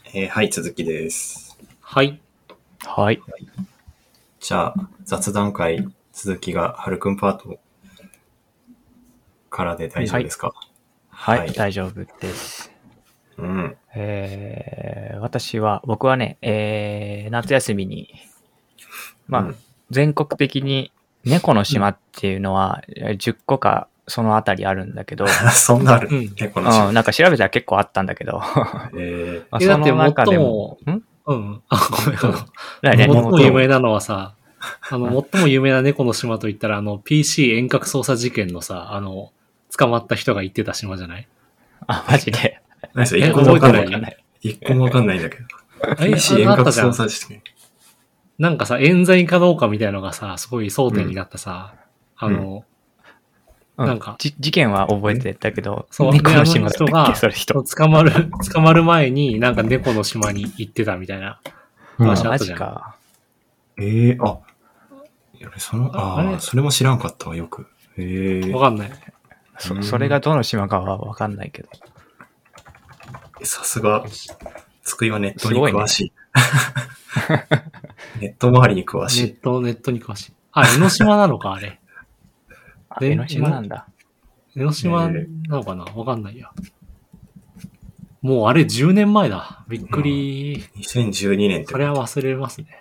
はい、続きです。 はい。 はい。 じゃあ、雑談会、続きが、はるくんパートからで大丈夫ですか？ はい、大丈夫です。 うん。 僕はね、夏休みに、全国的に猫の島っていうのは10個かそのあたりあるんだけど、 そんなある、猫の島。 なんか調べたら結構あったんだけど、 だって最も、ごめん。最も有名なのはさ、最も有名な猫の島といったら、PC 遠隔操作事件のさ、捕まった人が言ってた島じゃない？ あ、マジで。 何それ、一個もわかんない。一個もわかんないんだけど。PC 遠隔操作事件。 なんかさ、冤罪かどうかみたいなのがさ、すごい争点になったさ、なんか、 事件は覚えてたけど、 そう、 猫の島だったっけ、 それ人。捕まる前に、なんか猫の島に行ってたみたいな話あったじゃん。 マジか。それも知らんかったわ、よく。 わかんない。 それがどの島かはわかんないけど。 さすが、つくいはネットに詳しい。ネット周りに詳しい。 ネットに詳しい。あ、江ノ島なのか、あれ。 江ノ島なんだ。 江ノ島なのかな、わかんないや。もうあれ10年前だ。びっくり。 2012年って。 それは忘れますね。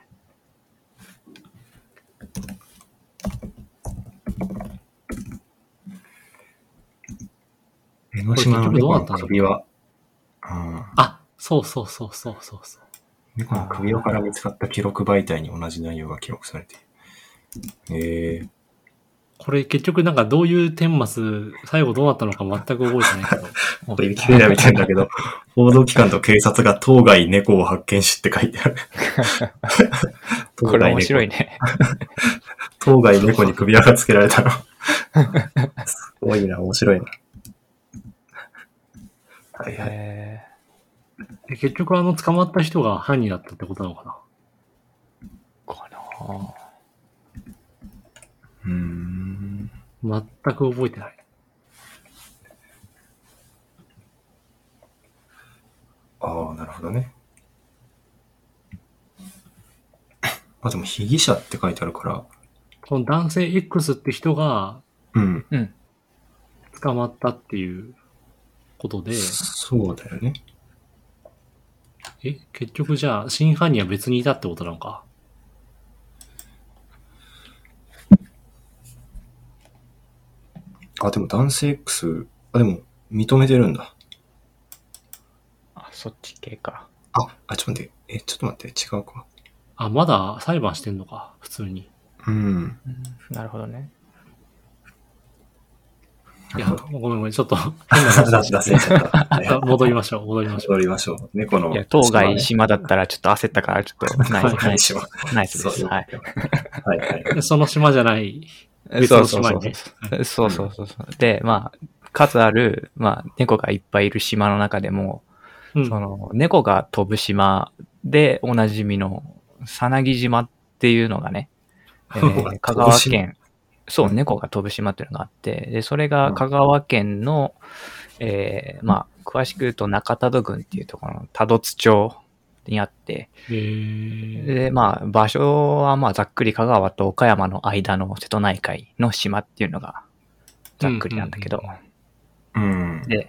江ノ島の猫の首輪。 あ、そう。 猫の首輪から見つかった記録媒体に同じ内容が記録されている。 これ結局なんかどういう顛末、最後どうなったのか全く覚えてないけど。 ウィキペディアみたいんだけど、報道機関と警察が当該猫を発見しって書いてある。 これ面白いね。 当該猫に首輪がつけられたの。すごいな、面白いな。はいはい。 結局捕まった人が犯人だったってことなのかな？全く覚えてない。 ああ、なるほどね。でも被疑者って書いてあるから。 この男性 X って人が、捕まったっていうことで。 そうだよね。 結局じゃあ、真犯人は別にいたってことなのか。 でも男性 X、でも認めてるんだ。 そっち系か。 ちょっと待って、違うか。 まだ裁判してんのか、普通に。 なるほどね。 いや、ごめん、ちょっと変な話出せちゃった。 戻りましょう。 猫の。 いや、当該島だったらちょっと焦ったから、ちょっとナイスです。はい。 その島じゃない。 そう。で、数ある、猫がいっぱいいる島の中でも、猫が飛ぶ島でおなじみのさなぎ島っていうのがね、香川県、そう、猫が飛ぶ島っていうのがあって、で、それが香川県の、詳しく言うと中多度郡っていうところの多度津町にあって、で、場所はざっくり香川と岡山の間の瀬戸内海の島っていうのがざっくりなんだけど、で、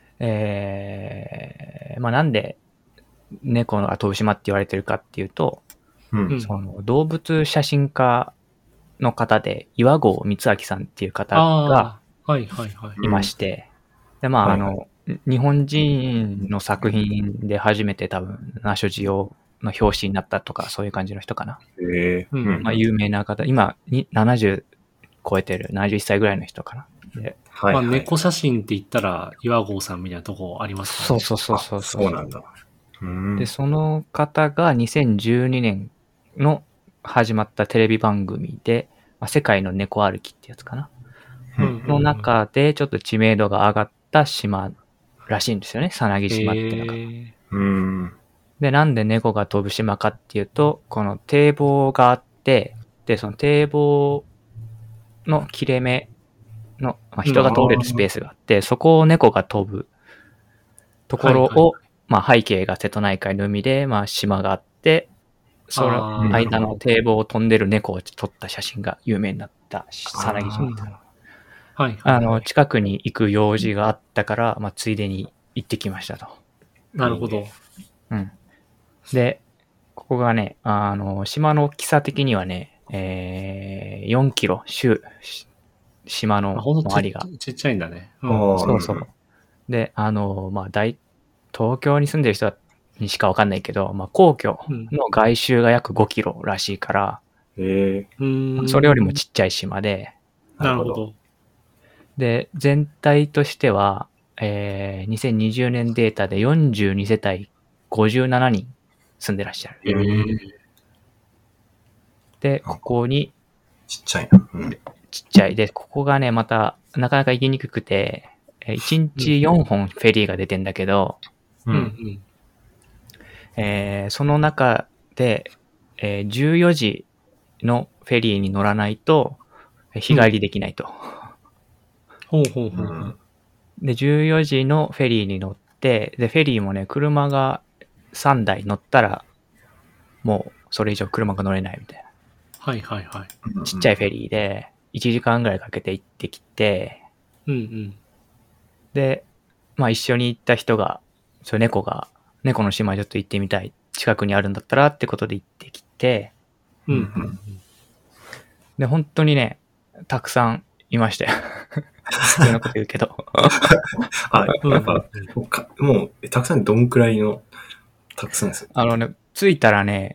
なんで猫が飛ぶ島って言われてるかっていうと、その動物写真家の方で岩合光明さんっていう方がいまして、で日本人の作品で初めて多分ナショジオの表紙になったとかそういう感じの人かな。有名な方、今70超えてる71歳ぐらいの人かな。で猫写真って言ったら岩合さんみたいなとこありますかね。そうなんだ。 で、その方が2012年の始まったテレビ番組で、世界の猫歩きってやつかな。の中でちょっと知名度が上がった島らしいんですよね。さなぎ島っていうのが。で、なんで猫が飛ぶ島かっていうと、この堤防があって、で、その堤防の切れ目の、人が通れるスペースがあって、そこを猫が飛ぶところを、 まあ背景が瀬戸内海の海で、まあ島があって、その間の堤防を飛んでる猫を撮った写真が有名になったさなぎ島。 はい。 近くに行く用事があったから、まあついでに行ってきましたと。 なるほど。 うん。で、ここがね、島の大きさ的にはね、4キロ、島の周りが。 ちっちゃいんだね。 そうそう。で、まあ、東京に住んでる人にしかわかんないけど、まあ、皇居の外周が約5キロらしいから、それよりもちっちゃい島で。 なるほど。 で、全体としては、2020年データで42世帯57人住んでらっしゃる。で、ここに、 ちっちゃいな。 ちっちゃい。で、ここがね、また、なかなか行きにくくて、1日4本フェリーが出てんだけど、その中で、14時のフェリーに乗らないと、日帰りできないと。で、14時のフェリーに乗って、で、フェリーもね、車が3台乗ったら、もうそれ以上車が乗れないみたいな。ちっちゃいフェリーで、1時間ぐらいかけて行ってきて、で、まあ一緒に行った人が、猫の島ちょっと行ってみたい。近くにあるんだったらってことで行ってきて、で、本当にね、たくさんいましたよ。そんなこと言うけど。 やっぱ、もう、たくさんどんくらいの、たくさんですね、着いたらね、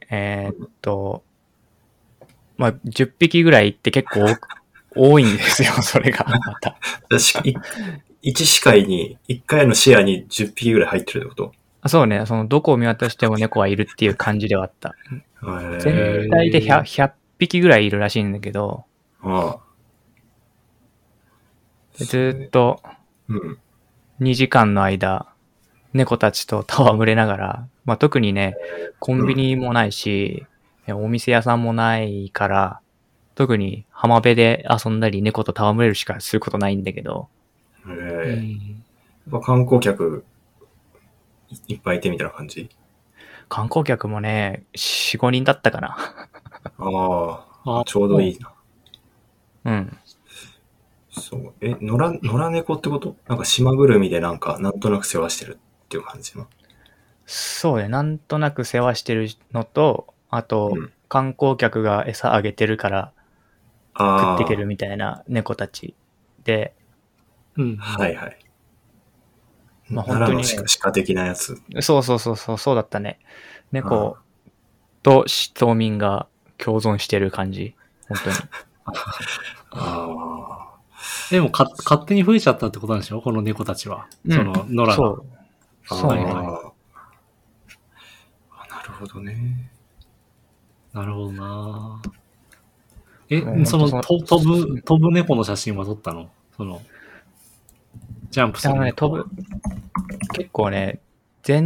まあ、10匹ぐらい行って結構多いんですよ、それが、また。 1視界に、1回の視野に10匹ぐらい入ってるってこと？ そうね、どこを見渡しても猫はいるっていう感じではあった。全体で 100匹ぐらいいるらしいんだけど、ずっと2時間の間、猫たちと戯れながら、まあ、特にね、コンビニもないし、お店屋さんもないから、特に浜辺で遊んだり猫と戯れるしかすることないんだけど。 やっぱ観光客いっぱいいてみたいな感じ？ 観光客もね、4、5人だったかな。 ちょうどいいな。 うん。 そう。野良猫ってこと？なんか島ぐるみでなんとなく世話してるっていう感じの？ そうね、なんとなく世話してるのと、あと、観光客が餌あげてるから食っていけるみたいな猫たちで、 はいはい。 まあ本当に、ね、 鹿的なやつ。 そうだったね。猫と島民が共存してる感じ。本当に。 でも勝手に増えちゃったってことなんでしょ？この猫たちは。その野良が。 そうね。 なるほどね。 なるほどな。その飛ぶ猫の写真は撮ったの？ジャンプする猫。 結構ね、前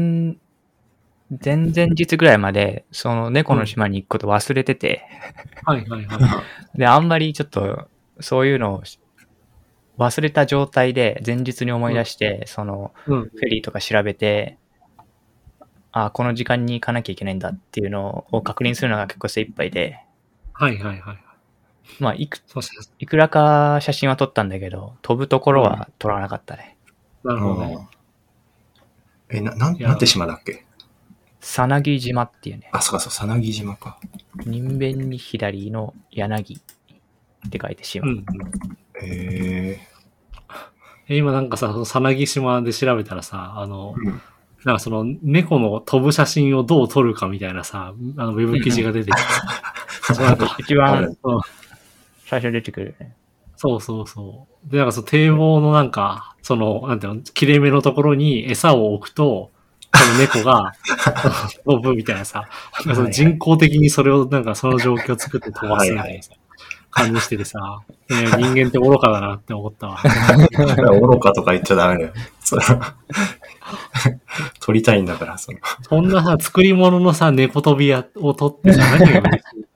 々日ぐらいまで、その猫の島に行くこと忘れてて。で、あんまりちょっと、そういうのを忘れた状態で前日に思い出して、フェリーとか調べて、この時間に行かなきゃいけないんだっていうのを確認するのが結構精一杯で。まあ、いくらか写真は撮ったんだけど、飛ぶところは撮らなかったね。 なるほどね。 なんて島だっけ？ さなぎ島っていうね。 そう、さなぎ島か。 人弁に左の柳って書いて島。 今なんかさ、さなぎ島で調べたらさ、なんか猫の飛ぶ写真をどう撮るかみたいなさ、ウェブ記事が出てきて。なんか一番最初出てくるね。 そう。で、なんか堤防のなんか、なんていうの、切れ目のところに餌を置くと、猫が飛ぶみたいなさ、人工的にそれをなんかその状況を作って飛ばすみたいなさ、感じしててさ、人間って愚かだなって思ったわ。 愚かとか言っちゃダメだよ。撮りたいんだから、そんなさ、作り物のさ、猫飛びを撮ってさ、何が嬉しい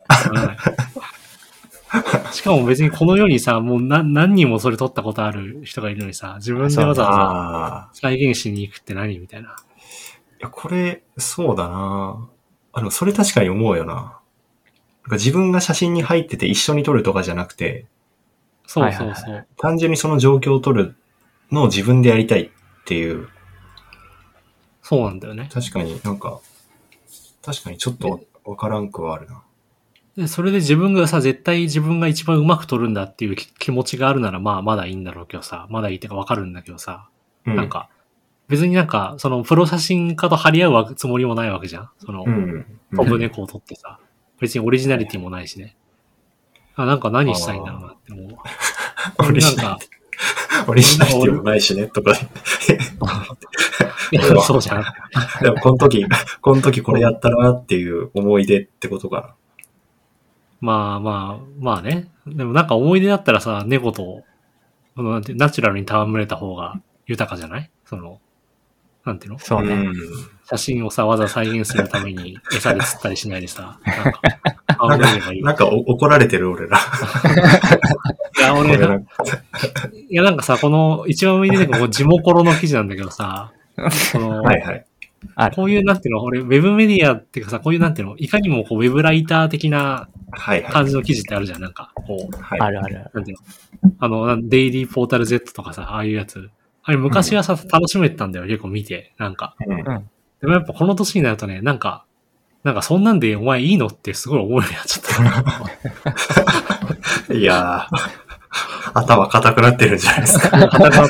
しかも別にこの世にさ、もう何人もそれ撮ったことある人がいるのにさ、自分でわざわざ再現しに行くって何みたいな。 や、これ、そうだな。でもそれ確かに思うよな。なんか自分が写真に入ってて一緒に撮るとかじゃなくて、 そうそうそう。 単純にその状況を撮るのを自分でやりたいっていう。 そうなんだよね。 確かになんか、確かにちょっとわからんくはあるな。 で、それで自分がさ、絶対自分が一番うまく撮るんだっていう気持ちがあるなら、まあ、まだいいんだろうけどさ、まだいいってかわかるんだけどさ、なんか、別になんか、その、プロ写真家と張り合うつもりもないわけじゃん。その、飛ぶ猫を撮ってさ、別にオリジナリティもないしね。なんか何したいんだろうなって思う。 オリジナリティ。オリジナリティもないしね、とか。 いや、そうじゃん。 でもこの時これやったなっていう思い出ってことかな。 まあね。でもなんか思い出だったらさ、猫と、ナチュラルに戯れた方が豊かじゃない？その、なんていうの？ そうね。 写真をさ、わざ再現するために餌で釣ったりしないでさ、 なんか怒られてる俺ら。 いや、いやなんかさ、この一番上に出てくるジモコロの記事なんだけどさ、 はいはい。 こういうなんていうの、俺、ウェブメディアっていうかさ、こういうなんていうの、いかにもこうウェブライター的な感じの記事ってあるじゃん、なんか、こう。 あるある。 なんていうの、デイリーポータル Z とかさ、ああいうやつ。あれ昔はさ、楽しめてたんだよ、結構見て、なんか。でもやっぱこの年になるとね、なんかそんなんでお前いいのってすごい思うようになっちゃった。いやー、頭固くなってるんじゃないですか。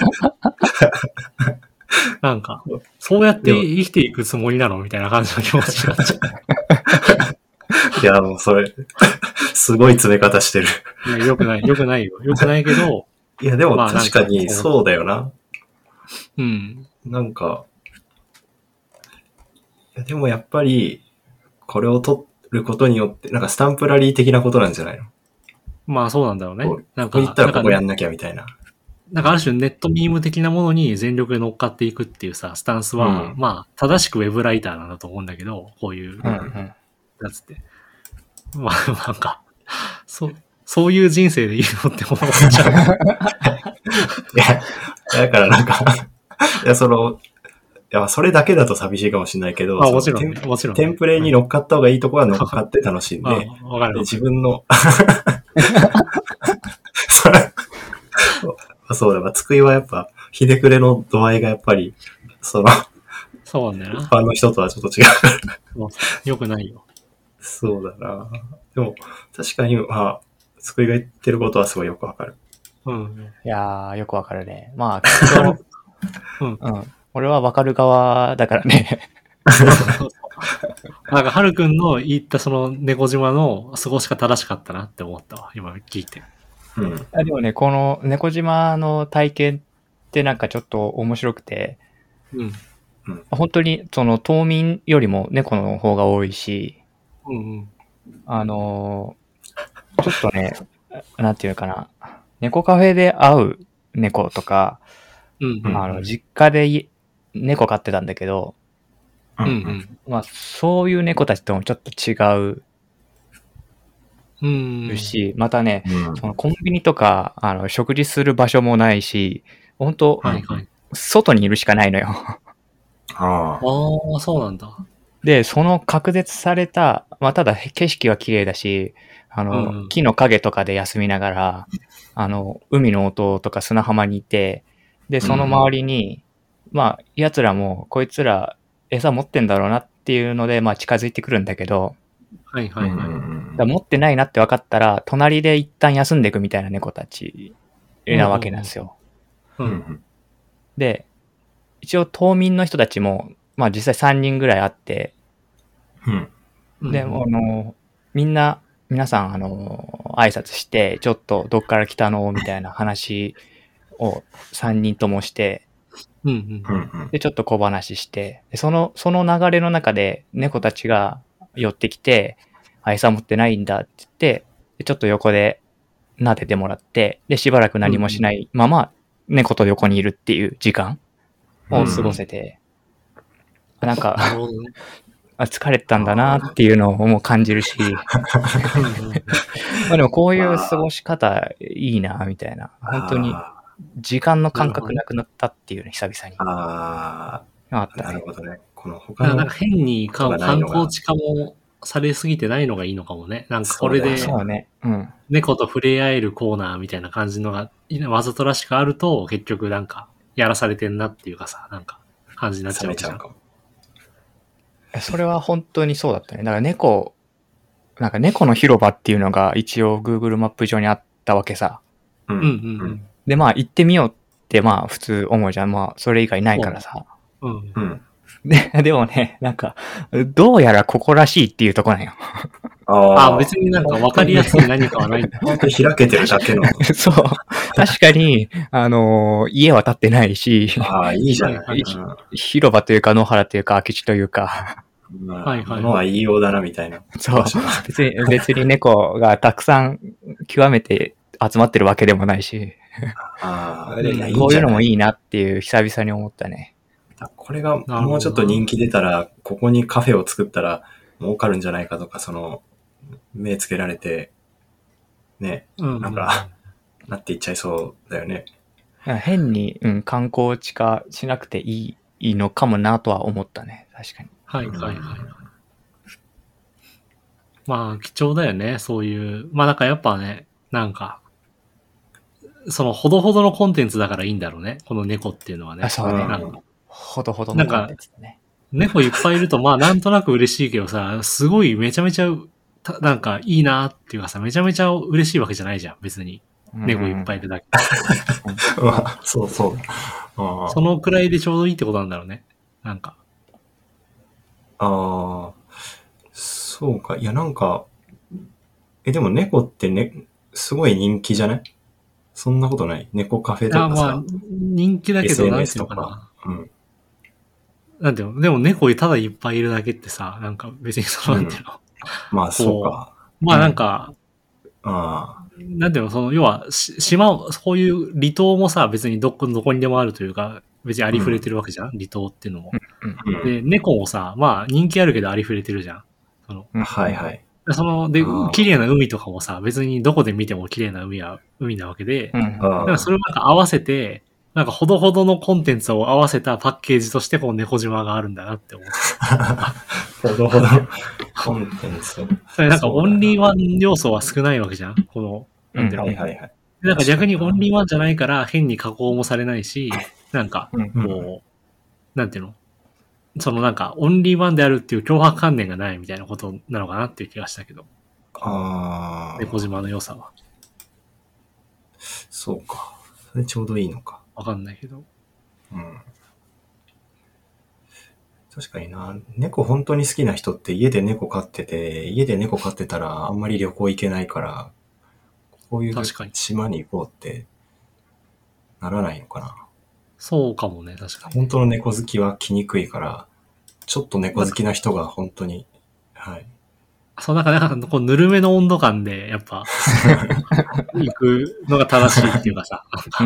なんか、そうやって生きていくつもりなのみたいな感じの気持ちになっちゃう。いや、もうそれ、すごい詰め方してる。 いや、よくないよ。よくないけど。 いや、でも確かにそうだよな。 うん。 なんか、いやでもやっぱり、これを撮ることによって、なんかスタンプラリー的なことなんじゃないの？ まあそうなんだろうね。 なんか、ここ行ったらここやんなきゃみたいな。 なんかある種ネットミーム的なものに全力で乗っかっていくっていうさ、スタンスは、まあ正しくウェブライターなんだと思うんだけど、こういうやつって。まあなんか、そういう人生でいいのって思っちゃう。 いや、だからなんか、いや、それだけだと寂しいかもしれないけど、 もちろん、もちろん。 テンプレに乗っかった方がいいとこは乗っかって楽しんで、で自分の、そうだ、つくいはやっぱ、ひねくれの度合いがやっぱり、 そうなんだよな。 一般の人とはちょっと違うから。 よくないよ。 そうだな。でも、確かに、まあ、つくいが言ってることはすごいよくわかる。 いやー、よくわかるね。まあ、俺はわかる側だからね。 なんか、はるくんの言ったその猫島の過ごし方正しかったなって思ったわ、今聞いて。 でもね、この猫島の体験ってなんかちょっと面白くて、本当にその島民よりも猫の方が多いし、ちょっとね、なんていうかな、猫カフェで会う猫とか、実家で猫飼ってたんだけど、まあそういう猫たちともちょっと違うし、またね、そのコンビニとか食事する場所もないし、本当、外にいるしかないのよ。 ああ、そうなんだ。 で、その隔絶された、まあただ景色は綺麗だし、木の影とかで休みながら、海の音とか砂浜にいて、で、その周りに、まあ、奴らも、こいつら餌持ってんだろうなっていうので、まあ近づいてくるんだけど、持ってないなって分かったら、隣で一旦休んでいくみたいな猫たちなわけなんですよ。で、一応島民の人たちも、まあ実際3人ぐらいあって、で、皆さん、挨拶して、ちょっとどっから来たのみたいな話を3人ともして、で、ちょっと小話して、その流れの中で猫たちが寄ってきて、餌持ってないんだって言って、ちょっと横で撫でてもらって、で、しばらく何もしないまま、猫と横にいるっていう時間を過ごせて、なんか、疲れてたんだなっていうのをもう感じるし、まあでもこういう過ごし方いいな、みたいな。本当に時間の感覚なくなったっていうね、久々に。 あったね。なるほどね。 この他のなんか変に観ことがないのが光地化もされすぎてないのがいいのかもね。なんかこれでそうね。うん。 猫と触れ合えるコーナーみたいな感じのがわざとらしくあると結局なんかやらされてんなっていうかさ、なんか感じになっちゃうわけじゃん。 冷めちゃうかも。 それは本当にそうだったね。だからなんか猫の広場っていうのが一応 Google マップ上にあったわけさ。 うんうんうんうん。 で、まあ行ってみようってまあ普通思うじゃん。まあそれ以外ないからさ。 うんう。ん。 でもね、なんか、どうやらここらしいっていうとこなんよ。 あ、別になんか分かりやすい何かはないんだ。 本当に開けてるだけの。 そう。確かに、家は建ってないし、 ああ、いいじゃない。 はい広場というか野原というか空き地というか、 まあ、 はいはい物は言いようだな、みたいな。 そう。別に猫がたくさん極めて集まってるわけでもないし、 ああ、 うんいやいいこういうのもい。 いいなっていう久々に思ったね。 これがもうちょっと人気出たら、ここにカフェを作ったら儲かるんじゃないかとか、目つけられて、ね、 うん。 なんか、なっていっちゃいそうだよね。 変に、観光地化しなくていいのかもなとは思ったね。確かに。 はいはいはい。まあ貴重だよね、そういう。まあなんかやっぱね、なんか、そのほどほどのコンテンツだからいいんだろうね。この猫っていうのはね。 あ、そうね。 なんかほどほどのコンテンツだね。 猫いっぱいいると、まあなんとなく嬉しいけどさ、すごいめちゃめちゃ、なんかいいなっていうかさ、めちゃめちゃ嬉しいわけじゃないじゃん、別に。猫いっぱいいるだけ。 まあ、そうそう。あそのくらいでちょうどいいってことなんだろうね。なんか。 あ、そうか。いや、なんか、でも猫ってね、すごい人気じゃない？そんなことない？猫カフェとかさ、 まあ、人気だけど、なんていう SNS のかな。 とか。うん。 なんていうの、でも猫ただいっぱいいるだけってさ、なんか別になんていうの。 まあ、そうか。 まあなんか、 あなんていうの、要は、島、こういう離島もさ、別にどこにでもあるというか、別にありふれてるわけじゃん、離島っていうのも。 あ、 で、猫もさ、まあ人気あるけどありふれてるじゃん。 はいはい。 であー、 綺麗な海とかもさ、別にどこで見ても綺麗な海なわけで、だからそれをなんか合わせて、なんかほどほどのコンテンツを合わせたパッケージとしてこの猫島があるんだなって思って。 ほどほど。コンテンツ。 なんかオンリーワン要素は少ないわけじゃんこの、なんていうの、 はいはいはい。 なんか逆にオンリーワンじゃないから変に加工もされないし、なんか、 うんなんていうのなんか、オンリーワンであるっていう脅迫観念がないみたいなことなのかなっていう気がしたけど。 ああ。 猫島の良さは。 そうか。それちょうどいいのか。 わかんないけど。 うん。確かにな。猫本当に好きな人って家で猫飼ってて、家で猫飼ってたらあんまり旅行行けないから、こういう確かに島に行こうってならないのかな。 そうかもね、確かに。 本当の猫好きは来にくいから、ちょっと猫好きな人が本当に、はい。 そう、なんか、こう、ぬるめの温度感で、やっぱ、行くのが正しいっていうかさ。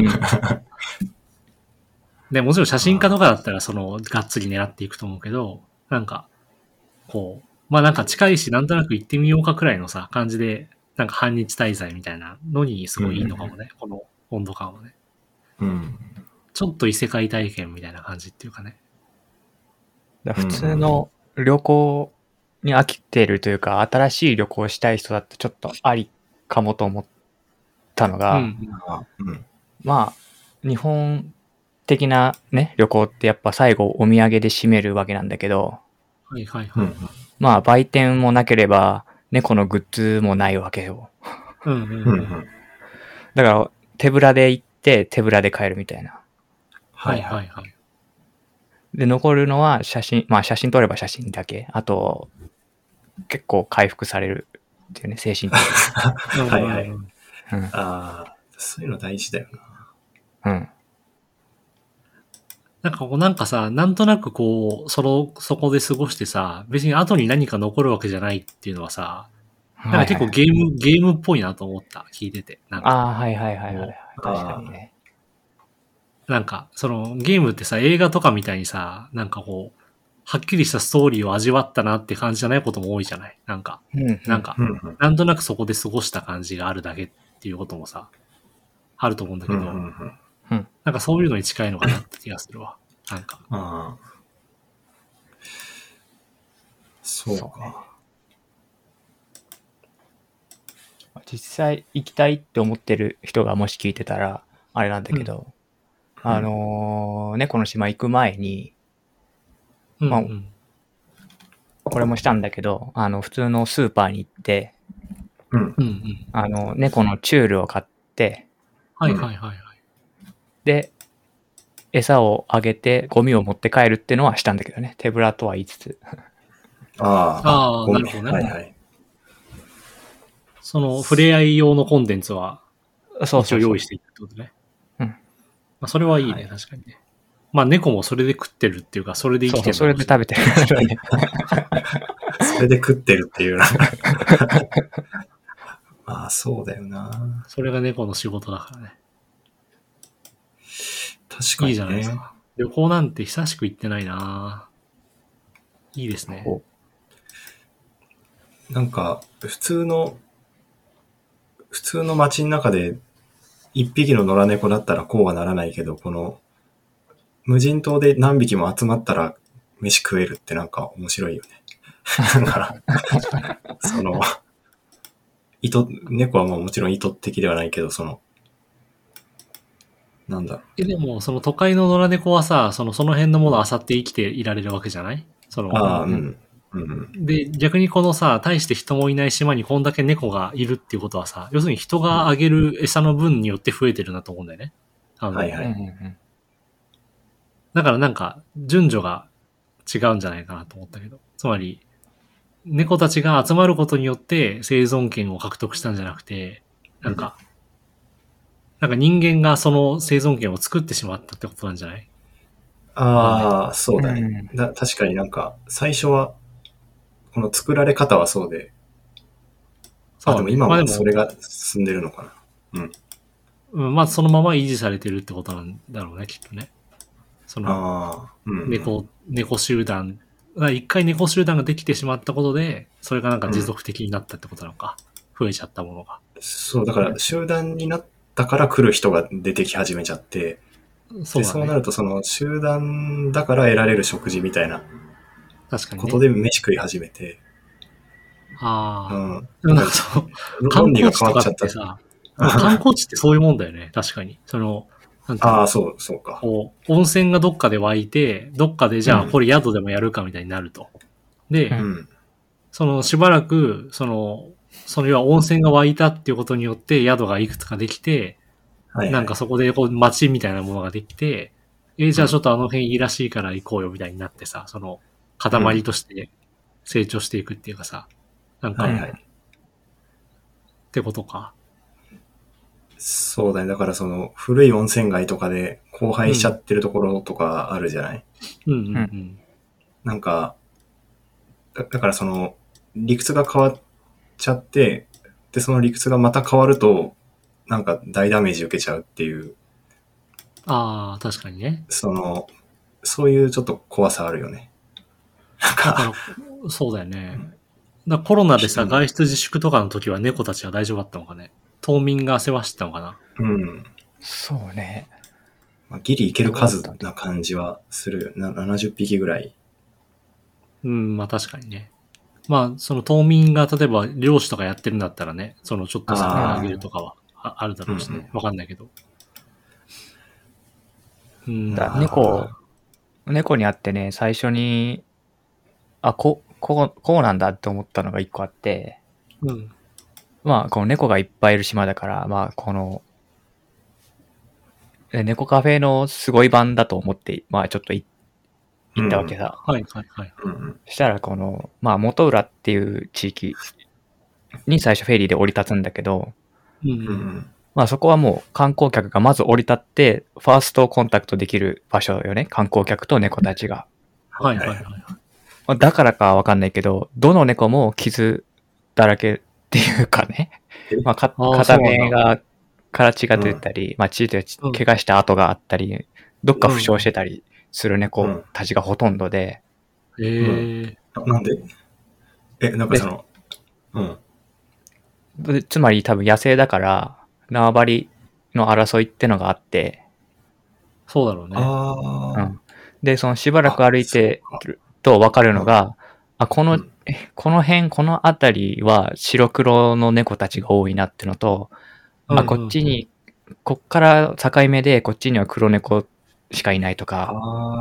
で、もちろん写真家とかだったら、がっつり狙っていくと思うけど、なんか、こう、まあなんか近いし、なんとなく行ってみようかくらいのさ、感じで、なんか半日滞在みたいなのにすごいいいのかもね、この温度感はね。 うん。 ちょっと異世界体験みたいな感じっていうかね。 普通の旅行に飽きてるというか、新しい旅行をしたい人だってちょっとありかもと思ったのが、まあ、日本的なね、旅行ってやっぱ最後お土産で締めるわけなんだけど、 はいはいはい。 まあ売店もなければ猫のグッズもないわけよ。だから手ぶらで行って手ぶらで帰るみたいな。 はいはいはい。 で、残るのは写真撮れば写真だけ。あと、結構回復されるっていうね、精神的に。 はいはい。ああ、そういうの大事だよな。 うん。 なんかさ、なんとなくこう、そこで過ごしてさ、別に後に何か残るわけじゃないっていうのはさ、なんか結構ゲームっぽいなと思った、聞いてて。なんかはいはいはいはい。確かにね。 なんか、ゲームってさ、映画とかみたいにさ、なんかこう、はっきりしたストーリーを味わったなって感じじゃないことも多いじゃない？なんか、なんとなくそこで過ごした感じがあるだけっていうこともさ、あると思うんだけど、なんかそういうのに近いのかなって気がするわ。なんか。 そうか。 実際行きたいって思ってる人がもし聞いてたら、あれなんだけど、猫の島行く前に、 うんまあこれもしたんだけど、普通のスーパーに行って、 うん。 猫のチュールを買って、 はいはいはいはい。 で、餌をあげてゴミを持って帰るっていうのはしたんだけどね。手ぶらとは言いつつ。 ああ、なるほどね。 はいはい。 その、触れ合い用のコンテンツは、 そう一応用意していったってことね。 うん。 まあ、それはいいね、確かにね。まあ、猫もそれで食ってるっていうか、それで生きてる。 それで食べてる。 それで食ってるっていうな。まあ、そうだよな。 それが猫の仕事だからね。 確かにね。 いいじゃないですか。旅行なんて久しく行ってないないいですね。 なんか、普通の街の中で一匹の野良猫だったらこうはならないけど、この無人島で何匹も集まったら飯食えるってなんか面白いよね。なんか、その、猫はもちろん意図的ではないけど、なんだろう。 でも、その都会の野良猫はさ、その辺のものを漁って生きていられるわけじゃない？で、逆にこのさ、大して人もいない島にこんだけ猫がいるっていうことはさ、要するに人があげる餌の分によって増えてるなと思うんだよね。 はいはい。 だからなんか、順序が違うんじゃないかなと思ったけど。つまり、猫たちが集まることによって生存権を獲得したんじゃなくて、なんか人間がその生存権を作ってしまったってことなんじゃない？ ああ、そうだね。確かになんか、最初は、この作られ方はそうで、でも今もそれが進んでるのかな。 まあそのまま維持されてるってことなんだろうね、きっとね。その、猫集団、一回猫集団ができてしまったことで、それがなんか持続的になったってことなのか。増えちゃったものが。 そう、だから集団になったから来る人が出てき始めちゃって、そうなるとその集団だから得られる食事みたいなことで飯食い始めて。 なんかそう、論理が変わっちゃったさ、観光地ってそういうもんだよね、確かに。 そうか。 温泉がどっかで湧いて、どっかでじゃあこれ宿でもやるかみたいになると。で、しばらく、要は温泉が湧いたっていうことによって宿がいくつかできて、なんかそこで街みたいなものができて、じゃあちょっとあの辺いいらしいから行こうよみたいになってさ、塊として成長していくっていうかさ、なんか、ってことか。 そうだね。だから古い温泉街とかで荒廃しちゃってるところとかあるじゃない？なんか、だから理屈が変わっちゃって、で、その理屈がまた変わると、なんか大ダメージ受けちゃうっていう。 ああ、確かにね。 そういうちょっと怖さあるよね。なんかそうだよね。コロナでさ、外出自粛とかの時は猫たちは大丈夫だったのかね。島民が世話してたのかな。 そうね。 ギリいける数な感じはする。70匹ぐらい。 まあ確かにね。まあ、島民が例えば漁師とかやってるんだったらね、ちょっと魚あげるとかはあるだろうしね。わかんないけど。 猫に会ってね、最初に、こうなんだって思ったのが一個あって、まあ、この猫がいっぱいいる島だから、まあ、猫カフェのすごい版だと思って、まあ、ちょっと行ったわけさ。そしたら、まあ、元浦っていう地域に最初フェリーで降り立つんだけど、まあ、そこはもう観光客がまず降り立って、ファーストコンタクトできる場所よね。観光客と猫たちが。だからかわかんないけど、どの猫も傷だらけっていうかね。まあ、片目から血が出たり、まあ、血で怪我した跡があったり、どっか負傷してたりする猫たちがほとんどで。 なんで？なんかつまり多分野生だから、縄張りの争いってのがあって。 そうだろうね。 で、しばらく歩いてると分かるのが、このこの辺りは白黒の猫たちが多いなってのと、こっちに、こっから境目でこっちには黒猫しかいないとか。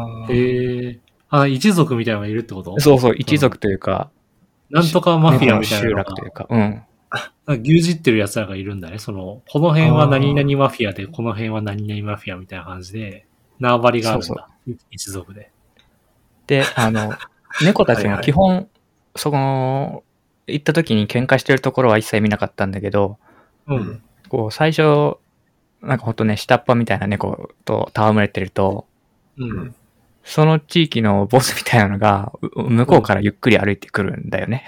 一族みたいなのがいるってこと？ そうそう、一族というか、 なんとかマフィアみたいな集落というか、うん。 牛耳ってる奴らがいるんだね。この辺は何々マフィアで、この辺は何々マフィアみたいな感じで、縄張りがあるんだ。そう一族で。 で、猫たちも基本、行った時に喧嘩してるところは一切見なかったんだけど、こう、最初、なんかほんとね、下っ端みたいな猫と戯れてると、その地域のボスみたいなのが、向こうからゆっくり歩いてくるんだよね。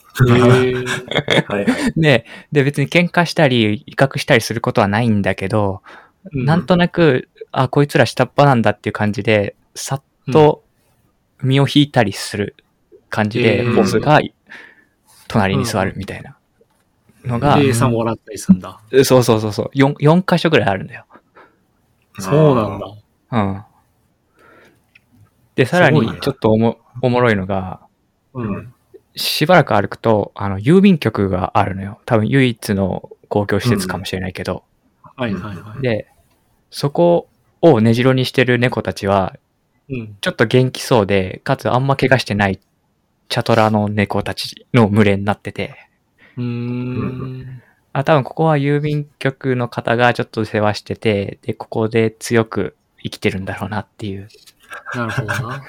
で、別に喧嘩したり、威嚇したりすることはないんだけど、なんとなく、こいつら下っ端なんだっていう感じで、さっと身を引いたりする感じで、ボスが隣に座るみたいなのが。 餌もらったりするんだ。 そう。4箇所ぐらいあるんだよ。 そうなんだ。 うん。で、さらにちょっとおもろいのが、しばらく歩くと、郵便局があるのよ。多分唯一の公共施設かもしれないけど。で、そこを根城にしてる猫たちは、ちょっと元気そうで、かつあんま怪我してないチャトラの猫たちの群れになってて。多分ここは郵便局の方がちょっと世話してて、で、ここで強く生きてるんだろうなっていう。 なるほどな。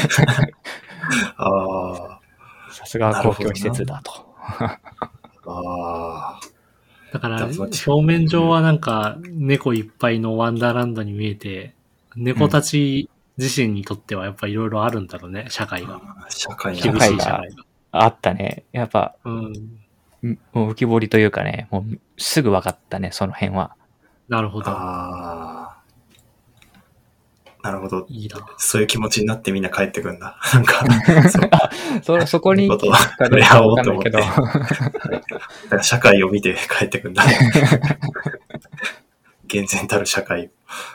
さすが公共施設だと。 だから、表面上はなんか猫いっぱいのワンダーランドに見えて、猫たち自身にとってはやっぱいろいろあるんだろうね、社会が。厳しい社会が。 あったね。やっぱ、もう浮き彫りというかね、もうすぐ分かったね、その辺は。 なるほど。 なるほど。 いいな。 そういう気持ちになってみんな帰ってくんだ。なんか、 そこに、 ことは、触れ合おうと思って。だから社会を見て帰ってくんだ。厳然たる社会。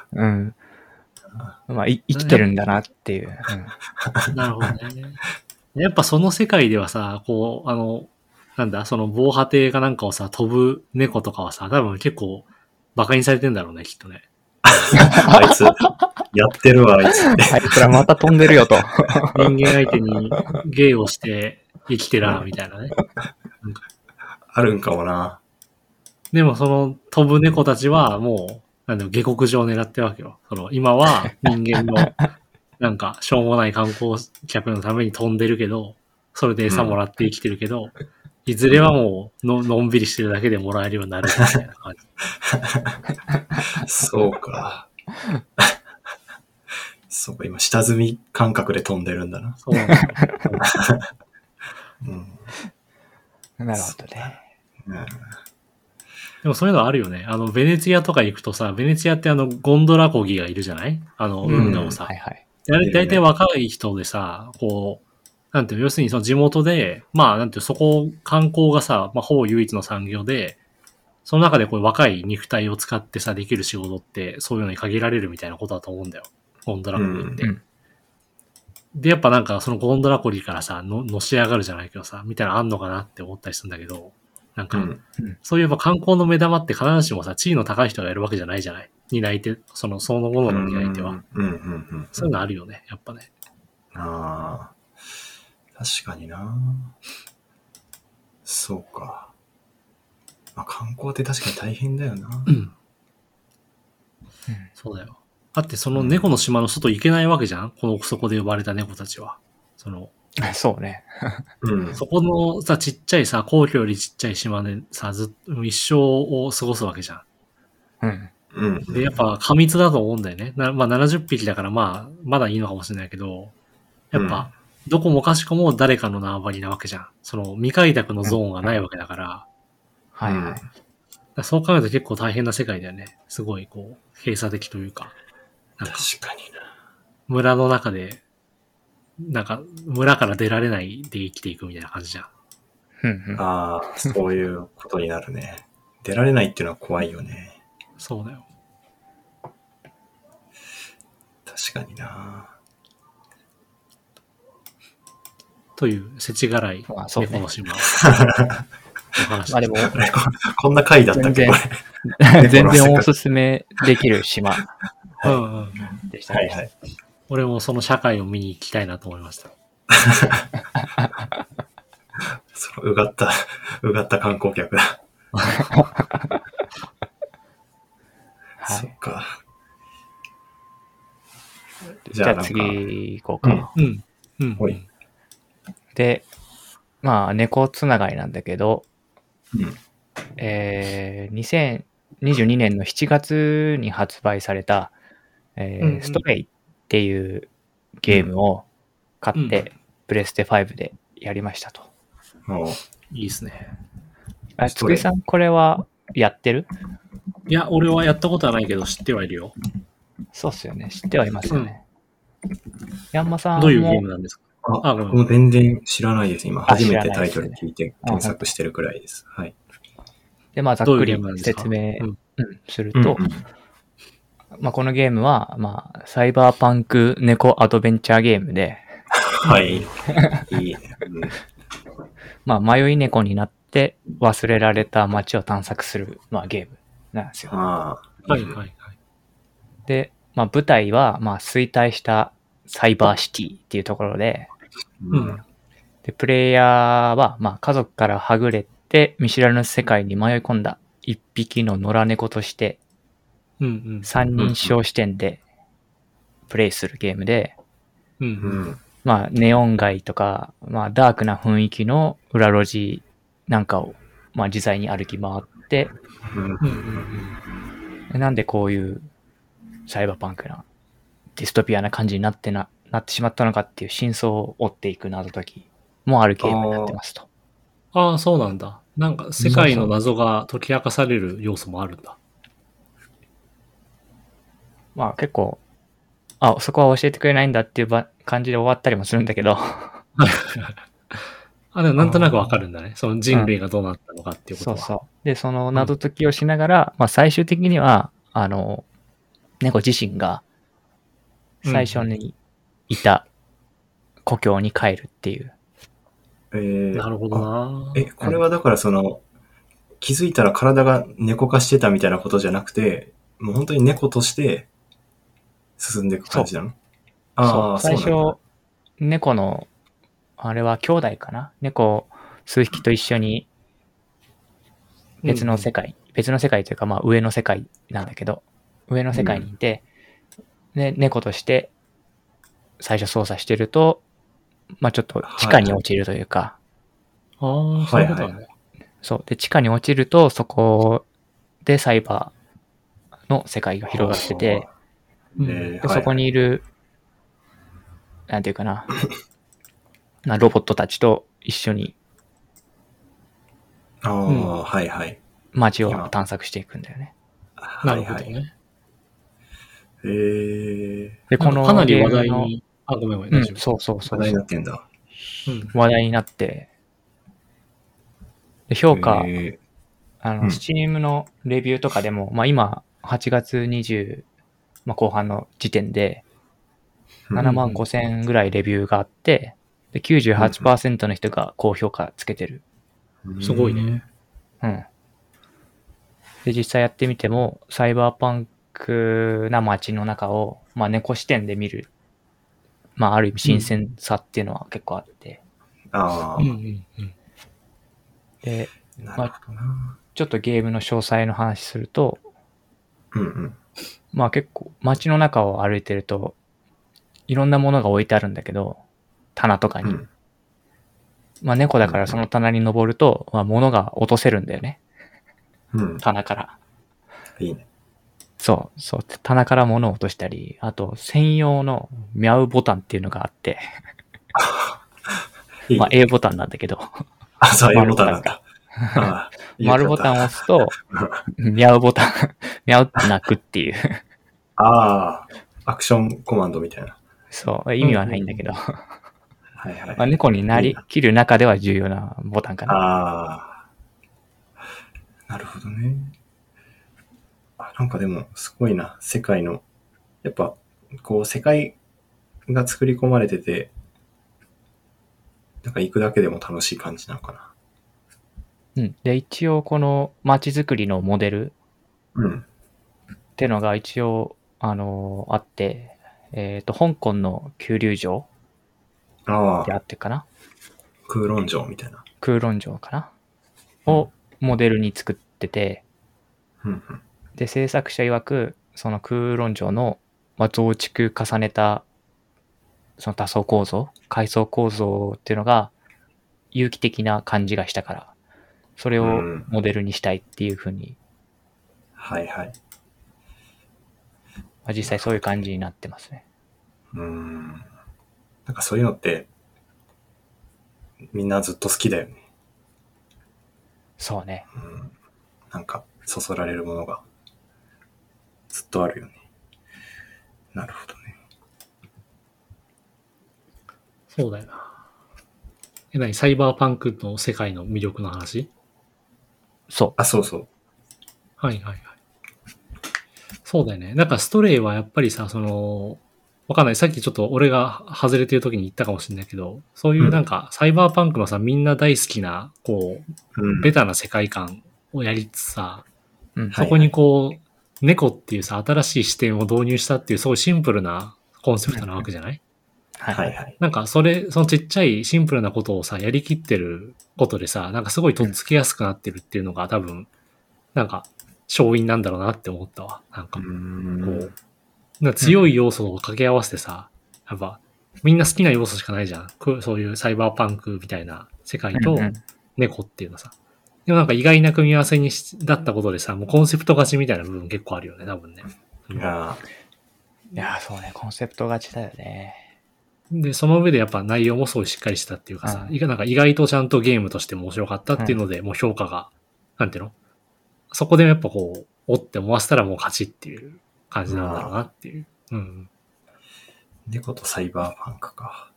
まあ、生きてるんだなっていう。 なるほどね。やっぱその世界ではさ、こう、なんだ、その防波堤かなんかをさ、飛ぶ猫とかはさ、多分結構馬鹿にされてんだろうね、きっとね。 あいつ、やってるわ、あいつ。 あいつらまた飛んでるよと。 人間相手に芸をして生きてら、みたいなね。 あるんかもな。 でもその飛ぶ猫たちはもう、下克上を狙ってるわけよ。今は人間の、なんか、しょうもない観光客のために飛んでるけど、それで餌もらって生きてるけど、いずれはもうのんびりしてるだけでもらえるようになるみたいな感じ。そうか。そうか、今、下積み感覚で飛んでるんだな。 そうなんだ。 なるほどね。 でもそういうのあるよね。ベネツィアとか行くとさ、ベネツィアってゴンドラ漕ぎがいるじゃない？運河をさ。だいたい若い人でさ、こう、なんていうの、要するにその地元で、まあ、なんていう、そこ、観光がさ、まあ、ほぼ唯一の産業で、その中でこう若い肉体を使ってさ、できる仕事って、そういうのに限られるみたいなことだと思うんだよ。ゴンドラ漕ぎって。で、やっぱなんかそのゴンドラ漕ぎからさ、のし上がるじゃないけどさ、みたいなのあんのかなって思ったりするんだけど、なんか、そういえば観光の目玉って必ずしもさ、地位の高い人がやるわけじゃないじゃない。担い手、そのものの担い手は。そういうのあるよね、やっぱね。 ああ。確かにな。そうか。まあ、観光って確かに大変だよな。 そうだよ。だってその猫の島の外行けないわけじゃん？そこで呼ばれた猫たちは。 そうね。 そこのさ、ちっちゃいさ、皇居よりちっちゃい島でさ、一生を過ごすわけじゃん。で、やっぱ過密だと思うんだよね。まあ70匹だからまあ、まだいいのかもしれないけど、やっぱ、どこもかしこも誰かの縄張りなわけじゃん。未開拓のゾーンがないわけだから。そう考えると結構大変な世界だよね。すごい、こう、閉鎖的というか。 確かにな。 村の中で、なんか、村から出られないで生きていくみたいな感じじゃん。 ああ、そういうことになるね。出られないっていうのは怖いよね。 そうだよ。 確かにな。 という世知辛いそうね猫の島の話。 まあでも、 こんな回だったっけ、これ。全然おすすめできる島でしたね。 はいはい。 俺もその社会を見に行きたいなと思いました。 そのうがった観光客だ。そっか。 じゃあ次行こうか。で、まあ、猫つながりなんだけど、2022年の7月に発売された、ストレイっていうゲームを買って、プレステ5でやりましたと。 いいですね。 つくいさん、これはやってる？ いや、俺はやったことはないけど知ってはいるよ。 そうっすよね。知ってはいますよね。ヤンマさんも。 どういうゲームなんですか？ 僕も全然知らないです。今、初めてタイトル聞いて検索してるくらいです。はい。 で、まあ、ざっくり説明すると、まあ、このゲームは、まあ、サイバーパンク猫アドベンチャーゲームで、 はい。いいね。 まあ、迷い猫になって忘れられた街を探索する、まあ、ゲームなんですよ。 はいはいはい。 で、まあ、舞台は、まあ、衰退したサイバーシティっていうところで、で、プレイヤーは、まあ、家族からはぐれて見知らぬ世界に迷い込んだ一匹の野良猫として、三人称視点でプレイするゲームで、まあ、ネオン街とか、まあ、ダークな雰囲気の裏路地なんかを、まあ、自在に歩き回って、なんでこういうサイバーパンクなディストピアな感じになってしまったのかっていう真相を追っていく謎解きもあるゲームになってますと。 ああ、そうなんだ。なんか世界の謎が解き明かされる要素もあるんだ。 まあ結構、そこは教えてくれないんだっていう感じで終わったりもするんだけど。 でもなんとなくわかるんだね。その人類がどうなったのかっていうことは。 そう。で、その謎解きをしながら、まあ最終的には、猫自身が最初にいた故郷に帰るっていう。 なるほどな。 これはだから気づいたら体が猫化してたみたいなことじゃなくて、もう本当に猫として進んでいく感じなの？ そう。最初、猫の、あれは兄弟かな？猫数匹と一緒に別の世界というか、まあ上の世界なんだけど、上の世界にいて、で、猫として最初操作してると、まあちょっと地下に落ちるというか。 そういうことだね。 そう。で、地下に落ちると、そこでサイバーの世界が広がってて、でそこにいる、なんていうかな、ロボットたちと一緒に、街を探索していくんだよね。 なるほどね。 で、このかなり話題に、ごめん、大丈夫。そう。 話題になってんだ。 話題になって、で評価、Steam のレビューとかでも、まあ今、8月20、まあ、後半の時点で、75,000ぐらいレビューがあって、で 98% の人が高評価つけてる。 すごいね。 で、実際やってみても、サイバーパンクな街の中を、まあ猫視点で見る、まあある意味新鮮さっていうのは結構あって。で、まあ、ちょっとゲームの詳細の話すると、まあ結構街の中を歩いてると、いろんなものが置いてあるんだけど、棚とかに。まあ猫だからその棚に登ると、まあ物が落とせるんだよね。棚から。 いいね。 そう。棚から物を落としたり、あと専用のミャウボタンっていうのがあって、まあ A ボタンなんだけど。 そう、A ボタンなんだ。 丸ボタンを押すと、ミャウボタン、ミャウって鳴くっていう。 アクションコマンドみたいな。 そう、意味はないんだけど。まあ、猫になりきる中では重要なボタンかな。 なるほどね。なんかでも、すごいな。世界の、やっぱ、こう、世界が作り込まれてて、 なんか行くだけでも楽しい感じなのかな。 うん。で、一応この街づくりのモデルっていうのが一応、あって、香港の九龍城であってかな。 空論城みたいな。 空論城かな。をモデルに作ってて、で、制作者曰く、その空論城の、増築重ねた、その多層構造、階層構造っていうのが、有機的な感じがしたから、それをモデルにしたいっていうふうに。 はいはい。 実際そういう感じになってますね。 なんかそういうのって、みんなずっと好きだよね。 そうね。 なんか、そそられるものが、ずっとあるよね。なるほどね。 そうだよな。何サイバーパンクの世界の魅力の話？ そう。 そうそう。 はいはいはい。そうだよね。なんかストレイはやっぱりさ、わかんない。さっきちょっと俺が外れてる時に言ったかもしれないけど、そういうなんかサイバーパンクのさ、みんな大好きな、ベタな世界観をやりつつさ、そこに猫っていうさ、新しい視点を導入したっていう、すごいシンプルなコンセプトなわけじゃない？ はいはい。 なんかそのちっちゃいシンプルなことをさ、やりきってることでさ、なんかすごいとっつきやすくなってるっていうのが多分、なんか、勝因なんだろうなって思ったわ。なんか、強い要素を掛け合わせてさ、やっぱ、みんな好きな要素しかないじゃん。そういうサイバーパンクみたいな世界と猫っていうのさ。でもなんか意外な組み合わせだったことでさ、もうコンセプト勝ちみたいな部分結構あるよね、多分ね。 いやそうね、コンセプト勝ちだよね。 で、その上でやっぱ内容もすごいしっかりしたっていうかさ、なんか意外とちゃんとゲームとしても面白かったっていうので、もう評価が、なんていうの？そこでやっぱおって思わせたらもう勝ちっていう感じなんだろうなっていう。 猫とサイバーパンクか。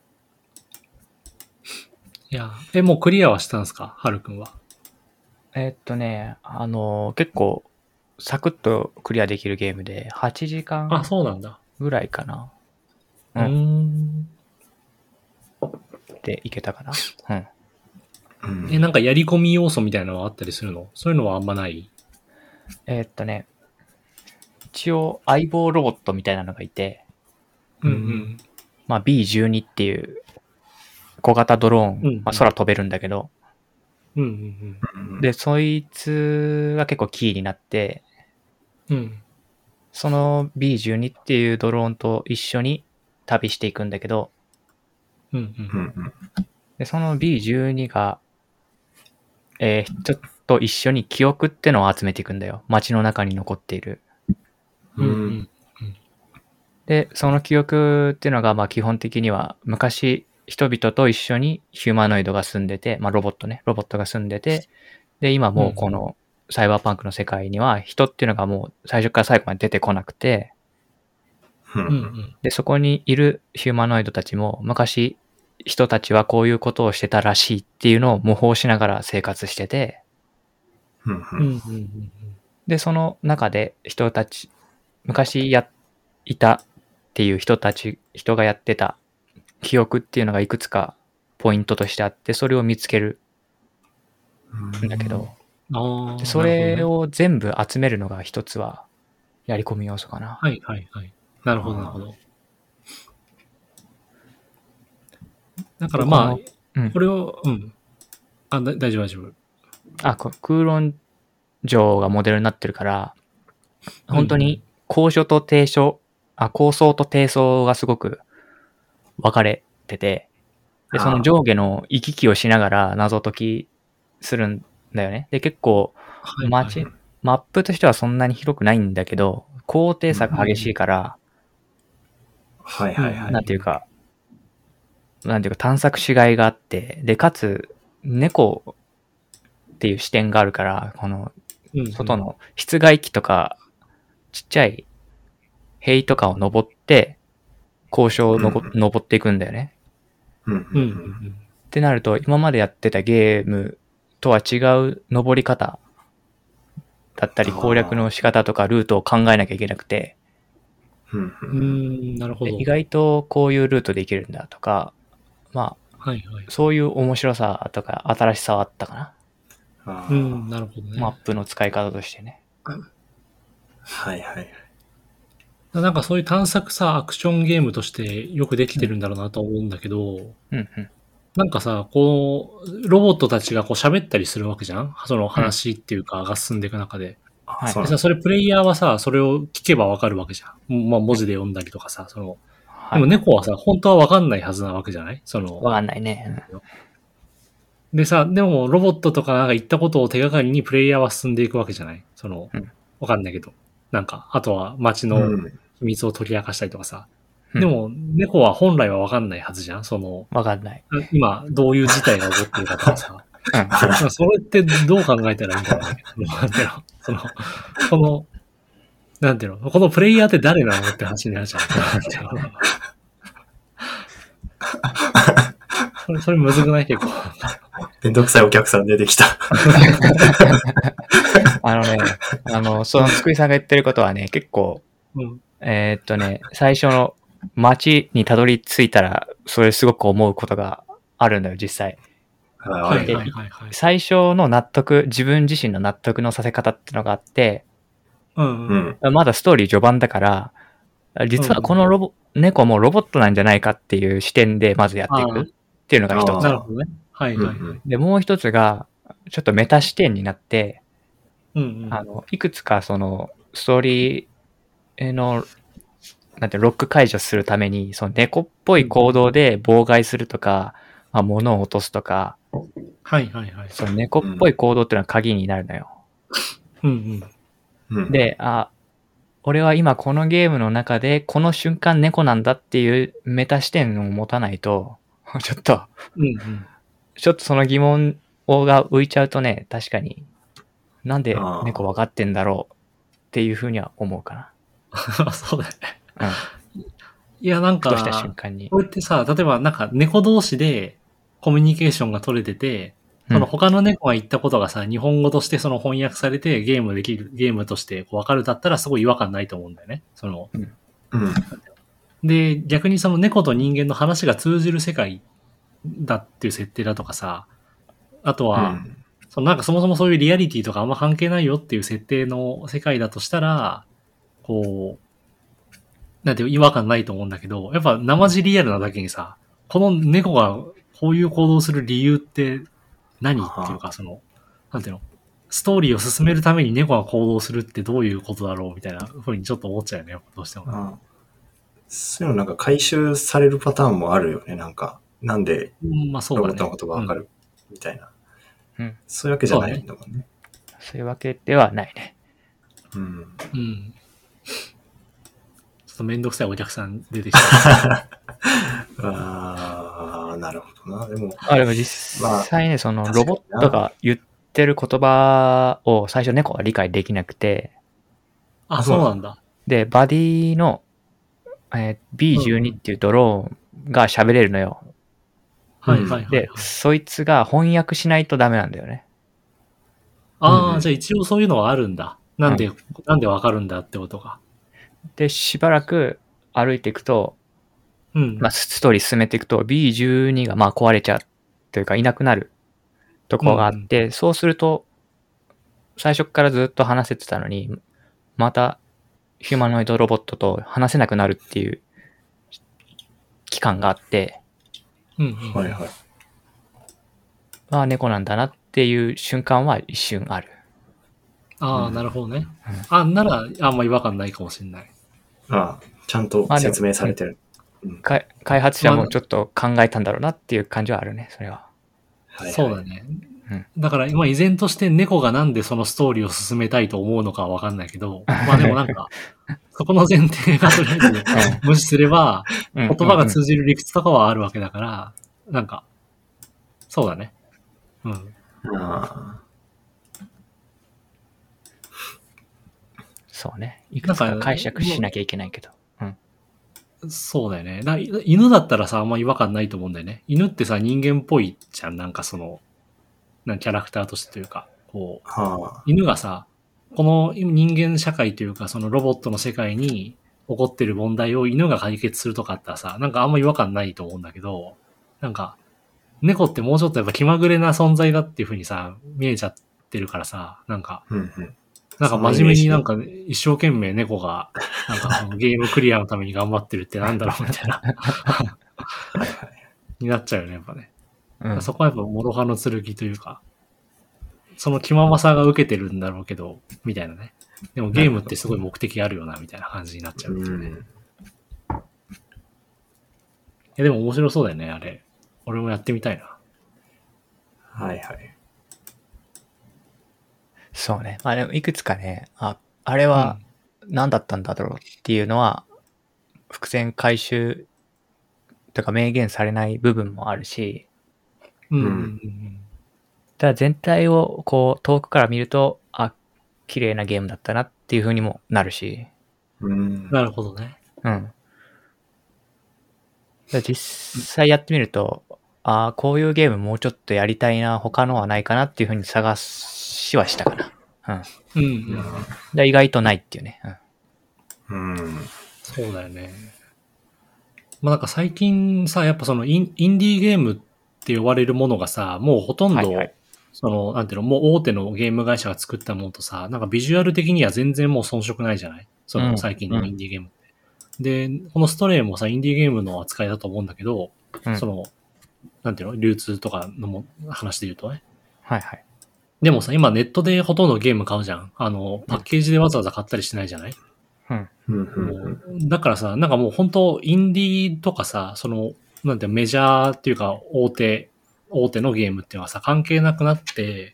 いや、もうクリアはしたんですか？はるくんは。 結構、サクッとクリアできるゲームで、8時間ぐらいかな。で、いけたかな。 なんかやり込み要素みたいなのはあったりするの？そういうのはあんまない？ 一応相棒ロボットみたいなのがいて、B12 っていう小型ドローン、空飛べるんだけど、で、そいつが結構キーになって、その B12 っていうドローンと一緒に旅していくんだけど、でその B12 が、ちょっと一緒に記憶ってのを集めていくんだよ。街の中に残っている。で、その記憶っていうのが、基本的には昔人々と一緒にヒューマノイドが住んでて、ロボットが住んでて、で、今もうこのサイバーパンクの世界には人っていうのがもう最初から最後まで出てこなくて、で、そこにいるヒューマノイドたちも昔人たちはこういうことをしてたらしいっていうのを模倣しながら生活してて、で、その中で人たち、昔いたっていう人がやってた記憶っていうのがいくつかポイントとしてあって、それを見つけるんだけど、それを全部集めるのが一つはやり込み要素かな。 はいはいはい。なるほどなるほど。だからこれを、大丈夫大丈夫。 空論城がモデルになってるから、本当に高所と低所、高層と低層がすごく分かれてて、で、その上下の行き来をしながら謎解きするんだよね。で、結構、マップとしてはそんなに広くないんだけど、高低差が激しいから、なんていうか探索しがいがあって、で、かつ、猫っていう視点があるから、この、外の室外機とか、ちっちゃい塀とかを登って、交渉を登っていくんだよね。ってなると、今までやってたゲームとは違う登り方だったり、攻略の仕方とかルートを考えなきゃいけなくて、 なるほど。 意外とこういうルートで行けるんだとか、 はいはい。 そういう面白さとか新しさはあったかな。うん、なるほどね。 マップの使い方としてね。 はいはい。 なんかそういう探索さ、アクションゲームとしてよくできてるんだろうなと思うんだけど、 うんうん。 なんかさ、こう、ロボットたちがこう喋ったりするわけじゃん？その話っていうかが進んでいく中で。 はい。 でさ、それプレイヤーはさ、それを聞けばわかるわけじゃん。まあ文字で読んだりとかさ、その、でも猫はさ、本当はわかんないはずなわけじゃない？その、 わかんないね。 でさ、でもロボットとかなんか言ったことを手がかりにプレイヤーは進んでいくわけじゃない？その、わかんないけど。なんか、あとは街の秘密を解き明かしたりとかさ。でも、猫は本来はわかんないはずじゃん？その、 わかんない。 今、どういう事態が起こってるかとかさ。それってどう考えたらいいんだろうね。なんていうの、その、この、なんていうの、このプレイヤーって誰なのって話になるじゃん。それむずくない？結構。 めんどくさいお客さん出てきた。 そのつくりさんが言ってることはね、結構、最初の街にたどり着いたら、それすごく思うことがあるんだよ、実際。最初の自分自身の納得のさせ方ってのがあって、まだストーリー序盤だから、実はこの猫もロボットなんじゃないかっていう視点でまずやっていくっていうのが一つ。 なるほどね。はいはい。 で、もう一つが、ちょっとメタ視点になって、いくつかそのストーリーの、なんてロック解除するために、その猫っぽい行動で妨害するとか、物を落とすとか、 はいはいはい。 その猫っぽい行動っていうのは鍵になるのよ。で、俺は今このゲームの中でこの瞬間猫なんだっていうメタ視点を持たないと、ちょっとその疑問が浮いちゃうとね、確かになんで猫分かってんだろうっていうふうには思うかな。そうだね。いやなんか、 ふとした瞬間に。 こうやってさ、例えばなんか猫同士でコミュニケーションが取れてて、その他の猫が言ったことがさ、日本語としてその翻訳されてゲームとしてこう分かるだったらすごい違和感ないと思うんだよね。その、で、逆にその猫と人間の話が通じる世界だっていう設定だとかさ、あとは、そのなんかそもそもそういうリアリティとかあんま関係ないよっていう設定の世界だとしたら、こう、なんていう違和感ないと思うんだけど、やっぱ生地リアルなだけにさ、この猫がこういう行動する理由って何っていうか、その、なんていうの、ストーリーを進めるために猫が行動するってどういうことだろうみたいな風にちょっと思っちゃうよね、どうしても。 そういうのなんか回収されるパターンもあるよね、なんか。なんで、ロボットのことがわかるみたいな。そういうわけじゃないんだもんね。 そういうわけではないね。 ちょっとめんどくさいお客さん出てきた。 なるほどな。でも実際ね、そのロボットが言ってる言葉を最初猫は理解できなくて。 そうなんだ。 で、バディの、B12 っていうドローンが喋れるのよ。で、そいつが翻訳しないとダメなんだよね。 じゃあ一応そういうのはあるんだ。なんでわかるんだってことか。 で、しばらく歩いていくと、ストーリー進めていくと B12 が壊れちゃうというかいなくなるところがあって、そうすると、最初からずっと話せてたのに、またヒューマノイドロボットと話せなくなるっていう期間があって、猫なんだなっていう瞬間は一瞬ある。 なるほどね。ならあんま違和感ないかもしれない。 ちゃんと説明されてる。 開発者もちょっと考えたんだろうなっていう感じはあるね、それは。 そうだね。だから今依然として猫がなんでそのストーリーを進めたいと思うのかはわかんないけど、でもなんか、そこの前提がとりあえず無視すれば、言葉が通じる理屈とかはあるわけだから、なんか、そうだね。 そうね。いくつか解釈しなきゃいけないけど。 そうだよね。犬だったらさ、あんま違和感ないと思うんだよね。犬ってさ、人間っぽいじゃん。なんかその、キャラクターとしてというか、こう、犬がさ、この人間社会というか、そのロボットの世界に起こってる問題を犬が解決するとかあったらさ、なんかあんま違和感ないと思うんだけど、なんか、 猫ってもうちょっとやっぱ気まぐれな存在だっていう風にさ、見えちゃってるからさ、なんか真面目になんか一生懸命猫が、なんかそのゲームクリアのために頑張ってるってなんだろうみたいな。になっちゃうよね、やっぱね。そこはやっぱ諸刃の剣というか、その気ままさが受けてるんだろうけど、みたいなね。でもゲームってすごい目的あるよな、みたいな感じになっちゃうっていうね。いや、でも面白そうだよね、あれ。俺もやってみたいな。 はいはい。 そうね。まあでもいくつかね、あれは何だったんだろうっていうのは、伏線回収とか明言されない部分もあるし、ただ全体をこう遠くから見ると、綺麗なゲームだったなっていう風にもなるし。 なるほどね。 実際やってみると、こういうゲームもうちょっとやりたいな、他のはないかなっていう風に探しはしたかな。意外とないっていうね。 そうだよね。まあなんか最近さ、やっぱそのインディーゲームって呼ばれるものがさ、もうほとんど、その、なんていうの、もう大手のゲーム会社が作ったものとさ、なんかビジュアル的には全然もう遜色ないじゃない？その最近のインディーゲームって。で、このストレイもさ、インディーゲームの扱いだと思うんだけど、その、なんていうの、流通とかの話で言うとね。でもさ、今ネットでほとんどゲーム買うじゃん。パッケージでわざわざ買ったりしないじゃない？だからさ、なんかもう本当インディーとかさ、その、なんていうの、メジャーっていうか大手のゲームっていうのはさ、関係なくなって、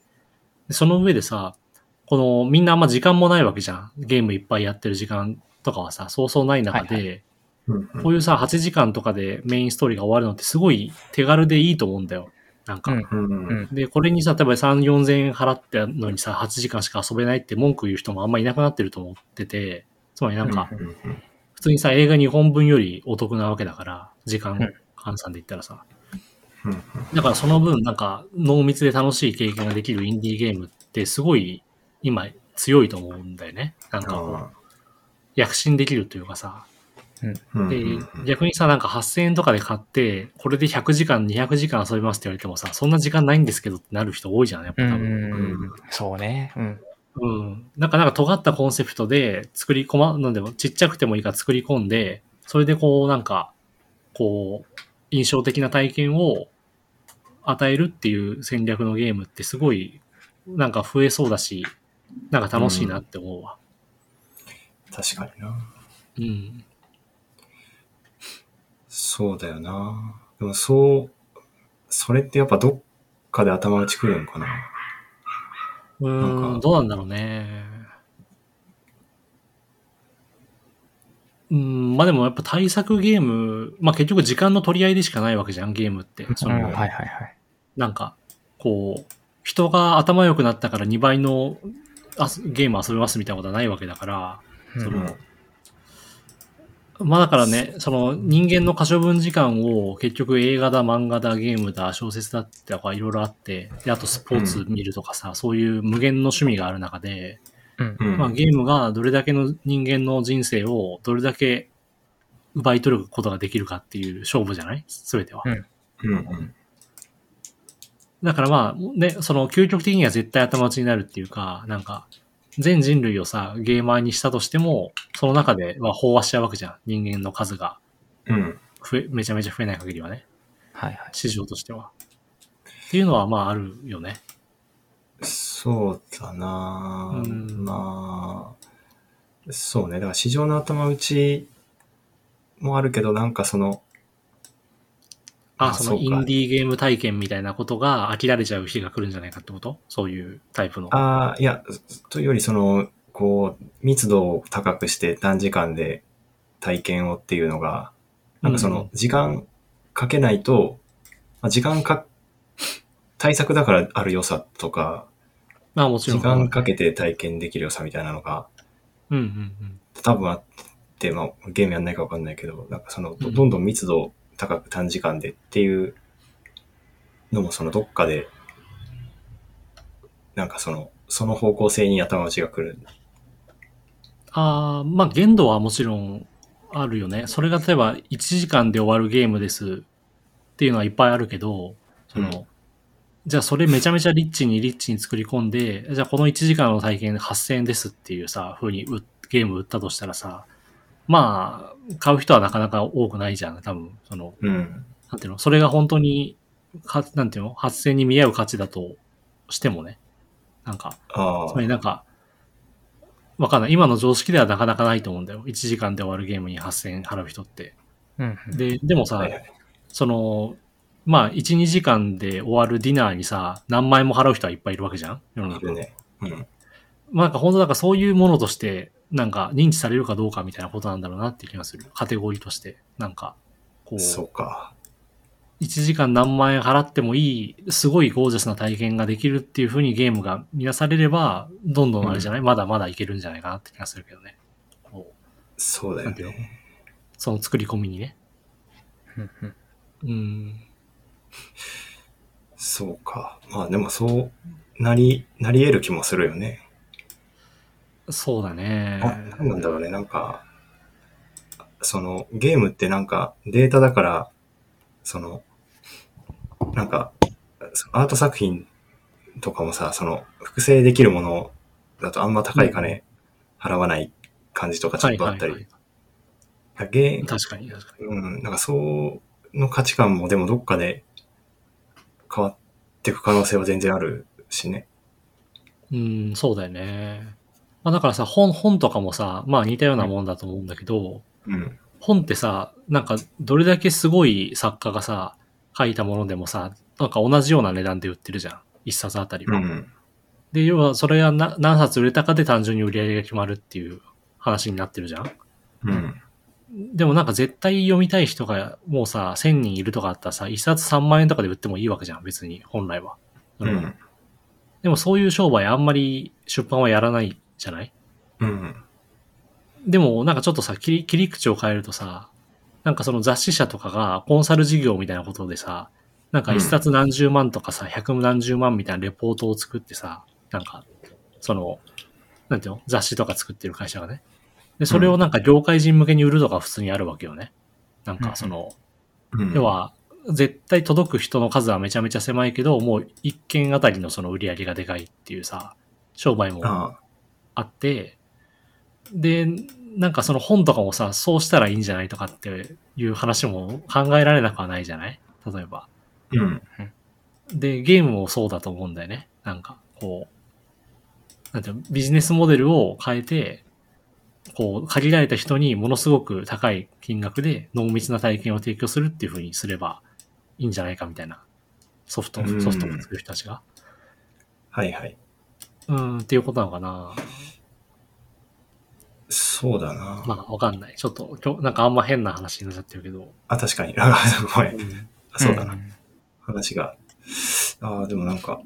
その上でさ、このみんなあんま時間もないわけじゃん。ゲームいっぱいやってる時間とかはさ、そうそうない中で、こういうさ、8時間とかでメインストーリーが終わるのってすごい手軽でいいと思うんだよ。なんか。で、これにさ、例えば3、4000円払ってのにさ、8時間しか遊べないって文句言う人もあんまいなくなってると思ってて、つまりなんか、普通にさ、映画2本分よりお得なわけだから、時間換算で言ったらさ。だからその分、なんか、濃密で楽しい経験ができるインディーゲームってすごい今強いと思うんだよね。なんかこう、躍進できるというかさ。で、逆にさ、なんか8000円とかで買って、これで100時間、200時間遊びますって言われてもさ、そんな時間ないんですけどってなる人多いじゃん、やっぱ多分。 そうね。 なんか尖ったコンセプトでなんでもちっちゃくてもいいから作り込んで、それでこうなんか、こう、印象的な体験を与えるっていう戦略のゲームってすごい、なんか増えそうだし、なんか楽しいなって思うわ。 確かにな。そうだよな。でもそれってやっぱどっかで頭打ちくるんかな。 どうなんだろうね。まあでもやっぱ対策ゲーム、まあ結局時間の取り合いでしかないわけじゃん、ゲームって。なんか、こう、人が頭良くなったから2倍のゲーム遊べますみたいなことはないわけだから、まあだからね、その人間の可処分時間を結局映画だ、漫画だ、ゲームだ、小説だっていろいろあって、で、あとスポーツ見るとかさ、そういう無限の趣味がある中で、まあゲームがどれだけの人間の人生をどれだけ奪い取ることができるかっていう勝負じゃない？すべては。だからまあ、ね、その究極的には絶対頭打ちになるっていうか、なんか、全人類をさ、ゲーマーにしたとしても、その中では飽和しちゃうわけじゃん。人間の数が。めちゃめちゃ増えない限りはね。市場としては。っていうのはまああるよね。 そうだな。まあ、そうね。だから市場の頭打ちもあるけど、なんかその、 そのインディーゲーム体験みたいなことが飽きられちゃう日が来るんじゃないかってこと？そういうタイプの。 いや、というよりその、こう、密度を高くして短時間で体験をっていうのが、なんかその、時間かけないと、対策だからある良さとか、 もちろん。 時間かけて体験できる良さみたいなのが、多分あって、まあ、ゲームやんないかわかんないけど、なんかその、どんどん密度を高く短時間でっていうのもそのどっかで、なんかその方向性に頭打ちが来る。 まあ限度はもちろんあるよね。それが例えば1時間で終わるゲームですっていうのはいっぱいあるけど、 じゃあそれめちゃめちゃリッチに作り込んで、じゃあこの1時間の体験8000円ですっていうさ、風にゲーム売ったとしたらさ、まあ、買う人はなかなか多くないじゃん、多分。なんていうの、それが本当に、なんていうの、8000円に見合う価値だとしてもね。なんか、つまりなんか、わかんない。今の常識ではなかなかないと思うんだよ。1時間で終わるゲームに8000円払う人って。でもさ、まあ、1、2時間で終わるディナーにさ、何万円も払う人はいっぱいいるわけじゃん世の中。まあなんか本当なんかそういうものとして、なんか認知されるかどうかみたいなことなんだろうなっていう気がする。カテゴリーとして。なんか、 そうか。 1時間何万円払ってもいい、すごいゴージャスな体験ができるっていう風にゲームが見なされれば、どんどんあれじゃない、まだまだいけるんじゃないかなって気がするけどね。 そうだよね。 その作り込みにね。 そうか。まあでもそうなり得る気もするよね。 そうだね。 なんなんだろうね。なんか、ゲームってなんかデータだから、なんか、アート作品とかもさ、複製できるものだとあんま高い金払わない感じとかちょっとあったり。 確かに。 なんかそうの価値観もでもどっかで変わっていく可能性は全然あるしね。 そうだよね。まあだからさ、本とかもさ、まあ似たようなもんだと思うんだけど、本ってさ、なんかどれだけすごい作家がさ、書いたものでもさ、なんか同じような値段で売ってるじゃん。一冊あたりは。で、要はそれが何冊売れたかで単純に売り上げが決まるっていう話になってるじゃん。でもなんか絶対読みたい人がもうさ、1000人いるとかあったらさ、一冊3万円とかで売ってもいいわけじゃん、別に、本来は。でもそういう商売あんまり出版はやらないじゃない？でもなんかちょっとさ、切り口を変えるとさ、なんかその雑誌社とかがコンサル事業みたいなことでさ、なんか一冊何十万とかさ、百何十万みたいなレポートを作ってさ、なんか、なんていうの？雑誌とか作ってる会社がね。で、それをなんか業界人向けに売るとか普通にあるわけよね。なんか要は、絶対届く人の数はめちゃめちゃ狭いけど、もう一件あたりのその売り上げがでかいっていうさ、商売もあって、で、なんかその本とかもさ、そうしたらいいんじゃないとかっていう話も考えられなくはないじゃない？例えば。で、ゲームもそうだと思うんだよね。なんか、なんていうの、ビジネスモデルを変えて、限られた人にものすごく高い金額で濃密な体験を提供するっていう風にすればいいんじゃないかみたいなソフトを作る人たちが。 はいはい。 っていうことなのかな。 そうだな。 まあわかんない。ちょっとなんかあんま変な話になっちゃってるけど。 確かに。ごめん。そうだな。話が。でもなんか。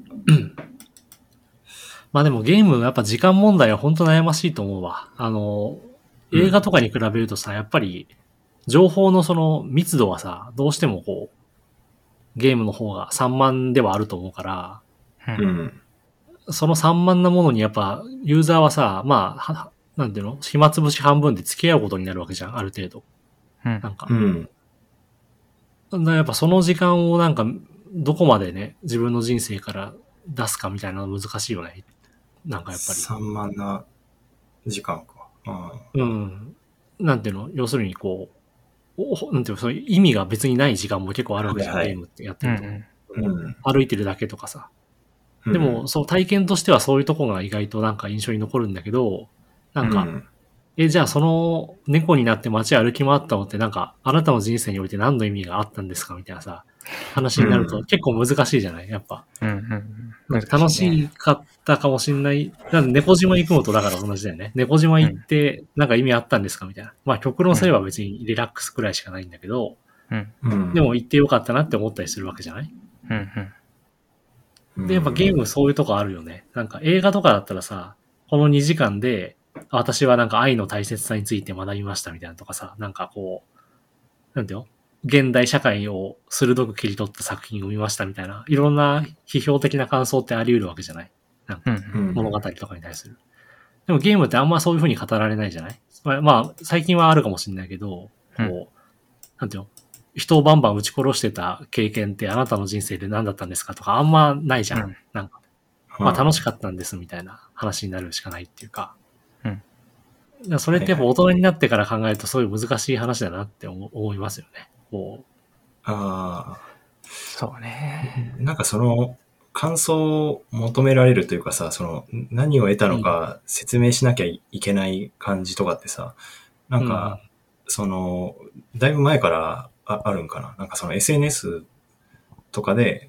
まあでもゲームやっぱ時間問題は本当悩ましいと思うわ。映画とかに比べるとさ、やっぱり情報のその密度はさ、どうしてもゲームの方が散漫ではあると思うから、その散漫なものにやっぱユーザーはさ、まあ、なんていうの？暇つぶし半分で付き合うことになるわけじゃん、ある程度。なんか。やっぱその時間をなんか、どこまでね、自分の人生から出すかみたいなの難しいよね。なんかやっぱり。 散漫な時間か。 なんていうの？要するになんていうの？そういう意味が別にない時間も結構あるわけじゃん、ゲームってやってると。歩いてるだけとかさ。でも、そう体験としてはそういうとこが意外となんか印象に残るんだけど、なんか、じゃあその猫になって街歩き回ったのってなんか、あなたの人生において何の意味があったんですかみたいなさ、話になると結構難しいじゃないやっぱ。なんか楽しかったかもしんない。なんで猫島行くのとだから同じだよね。猫島行ってなんか意味あったんですかみたいな。まあ極論すれば別にリラックスくらいしかないんだけど、でも行ってよかったなって思ったりするわけじゃない？で、やっぱゲームそういうとこあるよね。なんか映画とかだったらさ、この2時間で、私はなんか愛の大切さについて学びましたみたいなとかさ、なんかなんていうの？現代社会を鋭く切り取った作品を見ましたみたいな、いろんな批評的な感想ってあり得るわけじゃない？なんか物語とかに対する。でもゲームってあんまそういう風に語られないじゃない？まあ最近はあるかもしれないけど、なんていうの？ 人をバンバン撃ち殺してた経験ってあなたの人生で何だったんですかとかあんまないじゃん。なんか、まあ楽しかったんですみたいな話になるしかないっていうか。それってやっぱ大人になってから考えるとそういう難しい話だなって思いますよね。こう。 ああ。そうね。 なんかその感想を求められるというかさ、その何を得たのか説明しなきゃいけない感じとかってさ、なんか、その、だいぶ前からあるんかな。なんかその SNS とかで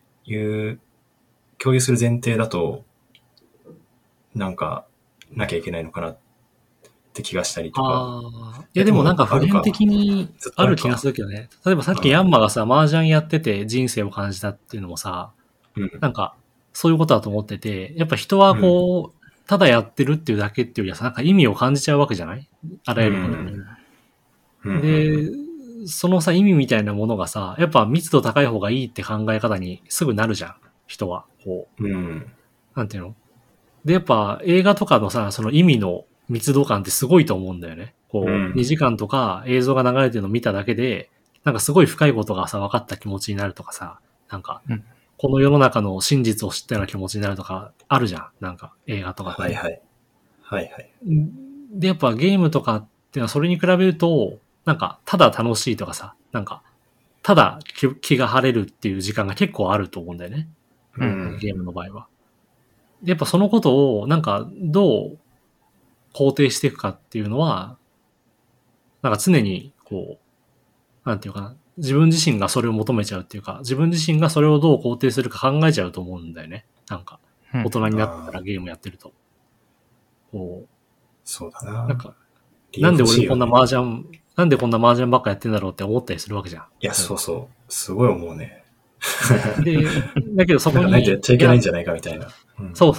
共有する前提だと、なんか、なきゃいけないのかなって気がしたりとか。 いやでもなんか普遍的にある気がするけどね。例えばさっきヤンマがさ、麻雀やってて人生を感じたっていうのもさ、なんか、そういうことだと思ってて、やっぱ人はこう、ただやってるっていうだけっていうよりはさ、なんか意味を感じちゃうわけじゃない？あらゆるものに。で、そのさ、意味みたいなものがさ、やっぱ密度高い方がいいって考え方にすぐなるじゃん。人は。こう。なんていうの？で、やっぱ映画とかのさ、その意味の密度感ってすごいと思うんだよね。こう、2時間とか映像が流れてるのを見ただけで、なんかすごい深いことがさ、分かった気持ちになるとかさ、なんか、この世の中の真実を知ったような気持ちになるとか、あるじゃん。なんか、映画とかって。 はいはい。はいはい。 で、やっぱゲームとかっていうのはそれに比べると、なんか、ただ楽しいとかさ、なんか、ただ気が晴れるっていう時間が結構あると思うんだよね。ゲームの場合は。で、やっぱそのことを、なんか、どう肯定していくかっていうのは、なんか常に、こう、なんていうかな、自分自身がそれを求めちゃうっていうか、自分自身がそれをどう肯定するか考えちゃうと思うんだよね。なんか、大人になったらゲームやってると。こう。 そうだな。 なんか、なんで俺こんな麻雀ばっかやってんだろうって思ったりするわけじゃん。 いや、そうそう。すごい思うね。 で、だけどそこに。 なんかやっちゃいけないんじゃないかみたいな。 そう。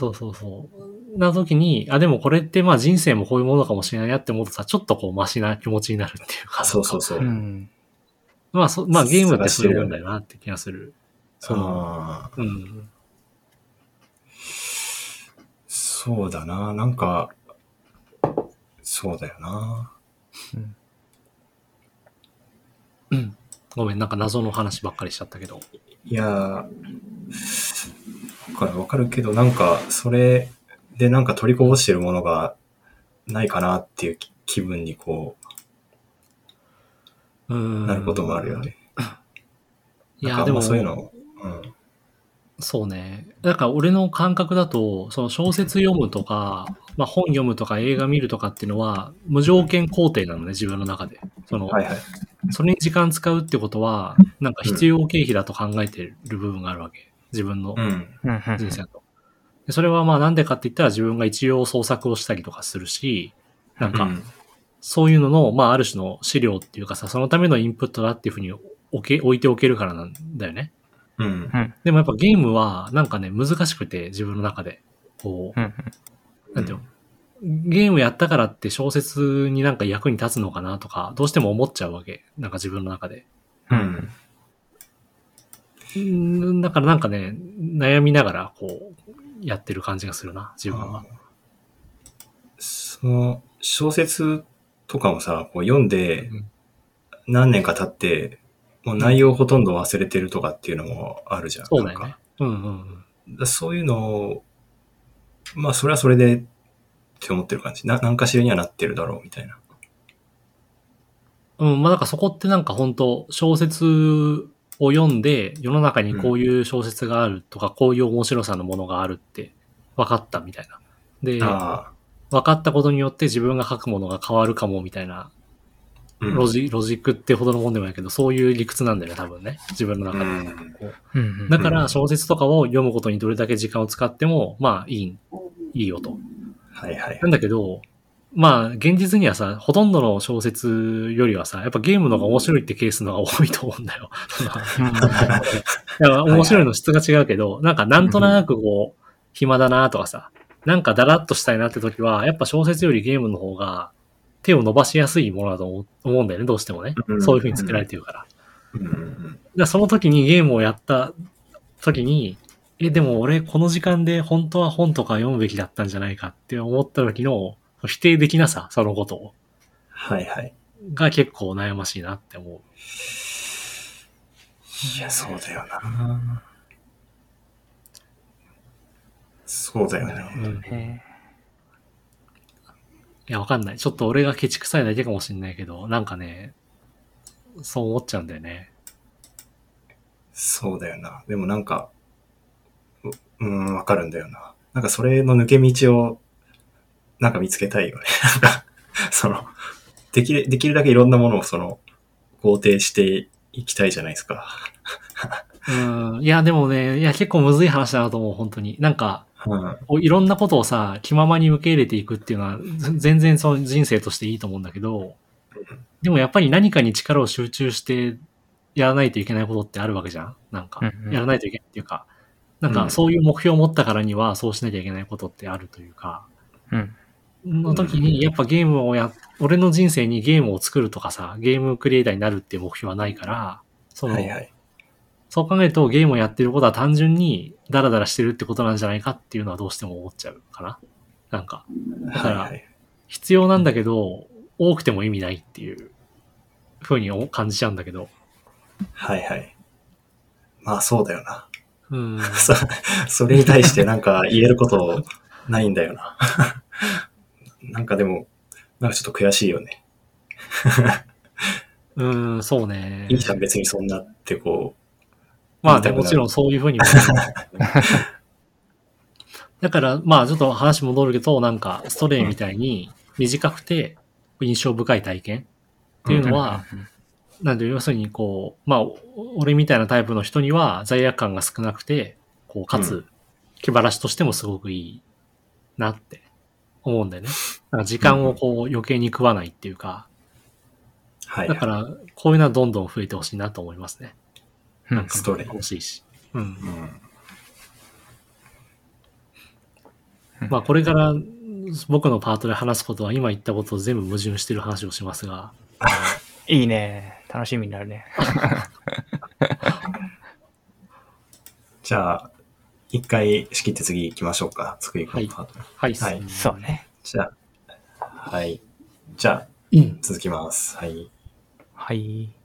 な時に、でもこれってまあ人生もこういうものかもしれないなって思うとさ、ちょっとこうマシな気持ちになるっていうか。 そう。 まあゲームってそういうもんだよなって気がする。 そうだな。なんか、そうだよな。 ごめん、なんか謎の話ばっかりしちゃったけど。 いやー、わかるけど、なんか、それでなんか取りこぼしてるものがないかなっていう気分にこう、なることもあるよね。 いや、でも、 そういうの、 そうね。なんか俺の感覚だと、その小説読むとか、まあ本読むとか映画見るとかっていうのは、無条件肯定なのね、自分の中で。それに時間使うってことは、なんか必要経費だと考えてる部分があるわけ。自分の人生だと。それはまあなんでかって言ったら自分が一応創作をしたりとかするし、なんか、そういうのの、まあある種の資料っていうかさ、そのためのインプットだっていうふうに置いておけるからなんだよね。でもやっぱゲームはなんかね、難しくて自分の中で。こう、なんていうの、ゲームやったからって小説になんか役に立つのかなとか、どうしても思っちゃうわけ。なんか自分の中で。だからなんかね、悩みながらこう、やってる感じがするな、自分は。 その、小説とかもさ、こう読んで、何年か経って、もう内容ほとんど忘れてるとかっていうのもあるじゃん。 そうだよね。 そういうのを、まあそれはそれでって思ってる感じ。何かしらにはなってるだろうみたいな。 まあなんかそこってなんか本当小説を読んで世の中にこういう小説があるとか、こういう面白さのものがあるって分かったみたいな。で、分かったことによって自分が書くものが変わるかもみたいな。ロジックってほどのもんでもないけど、そういう理屈なんだよね、多分ね。自分の中で。だから小説とかを読むことにどれだけ時間を使っても、まあいいよと。なんだけど、まあ現実にはさ、ほとんどの小説よりはさ、やっぱゲームの方が面白いってケースの方が多いと思うんだよ。面白いの質が違うけど、なんかなんとなくこう、暇だなとかさ、なんかだらっとしたいなって時は、やっぱ小説よりゲームの方が、手を伸ばしやすいものだと思うんだよね、どうしてもね。そういう風に作られてるから。その時にゲームをやった時に、でも俺この時間で本当は本とか読むべきだったんじゃないかって思った時の否定できなさ、そのことを。が結構悩ましいなって思う。 いや、そうだよな。そうだよね。 いや、わかんない。ちょっと俺がケチくさいだけかもしんないけど、なんかね、そう思っちゃうんだよね。 そうだよな。でもなんか、わかるんだよな。なんかそれの抜け道を、なんか見つけたいよね。なんか、できるだけいろんなものを肯定していきたいじゃないですか。 いや、でもね、結構むずい話だなと思う、本当に。なんか、いろんなことをさ、気ままに受け入れていくっていうのは、全然その人生としていいと思うんだけど、でもやっぱり何かに力を集中してやらないといけないことってあるわけじゃん。なんか、やらないといけないっていうか、なんかそういう目標を持ったからにはそうしなきゃいけないことってあるというか、の時にやっぱゲームを俺の人生にゲームを作るとかさ、ゲームクリエイターになるっていう目標はないから、そう考えるとゲームをやってることは単純にダラダラしてるってことなんじゃないかっていうのはどうしても思っちゃうかな。なんか、だから必要なんだけど、多くても意味ないっていう風に感じちゃうんだけど。 はいはい。まあそうだよな。それに対してなんか言えることないんだよな。なんかでも、なんかちょっと悔しいよね。 そうね。 いいじゃん、別にそんなってこう。 まあね、もちろんそういうふうにも。だから、まあちょっと話戻るけど、なんかストレイみたいに短くて印象深い体験っていうのは、なんで要するにこう、まあ俺みたいなタイプの人には罪悪感が少なくて、こう、かつ気晴らしとしてもすごくいいなって思うんだよね。なんか時間をこう余計に食わないっていうか、だからこういうのはどんどん増えてほしいなと思いますね。なんかストレイ欲しいし。まあこれから僕のパートで話すことは今言ったことを全部矛盾してる話をしますが。 いいね。楽しみになるね。 じゃあ、一回仕切って次行きましょうか。作り込むパート。 はい。 そうね。 じゃあ、はい。じゃあ、続きます。はい。 はい。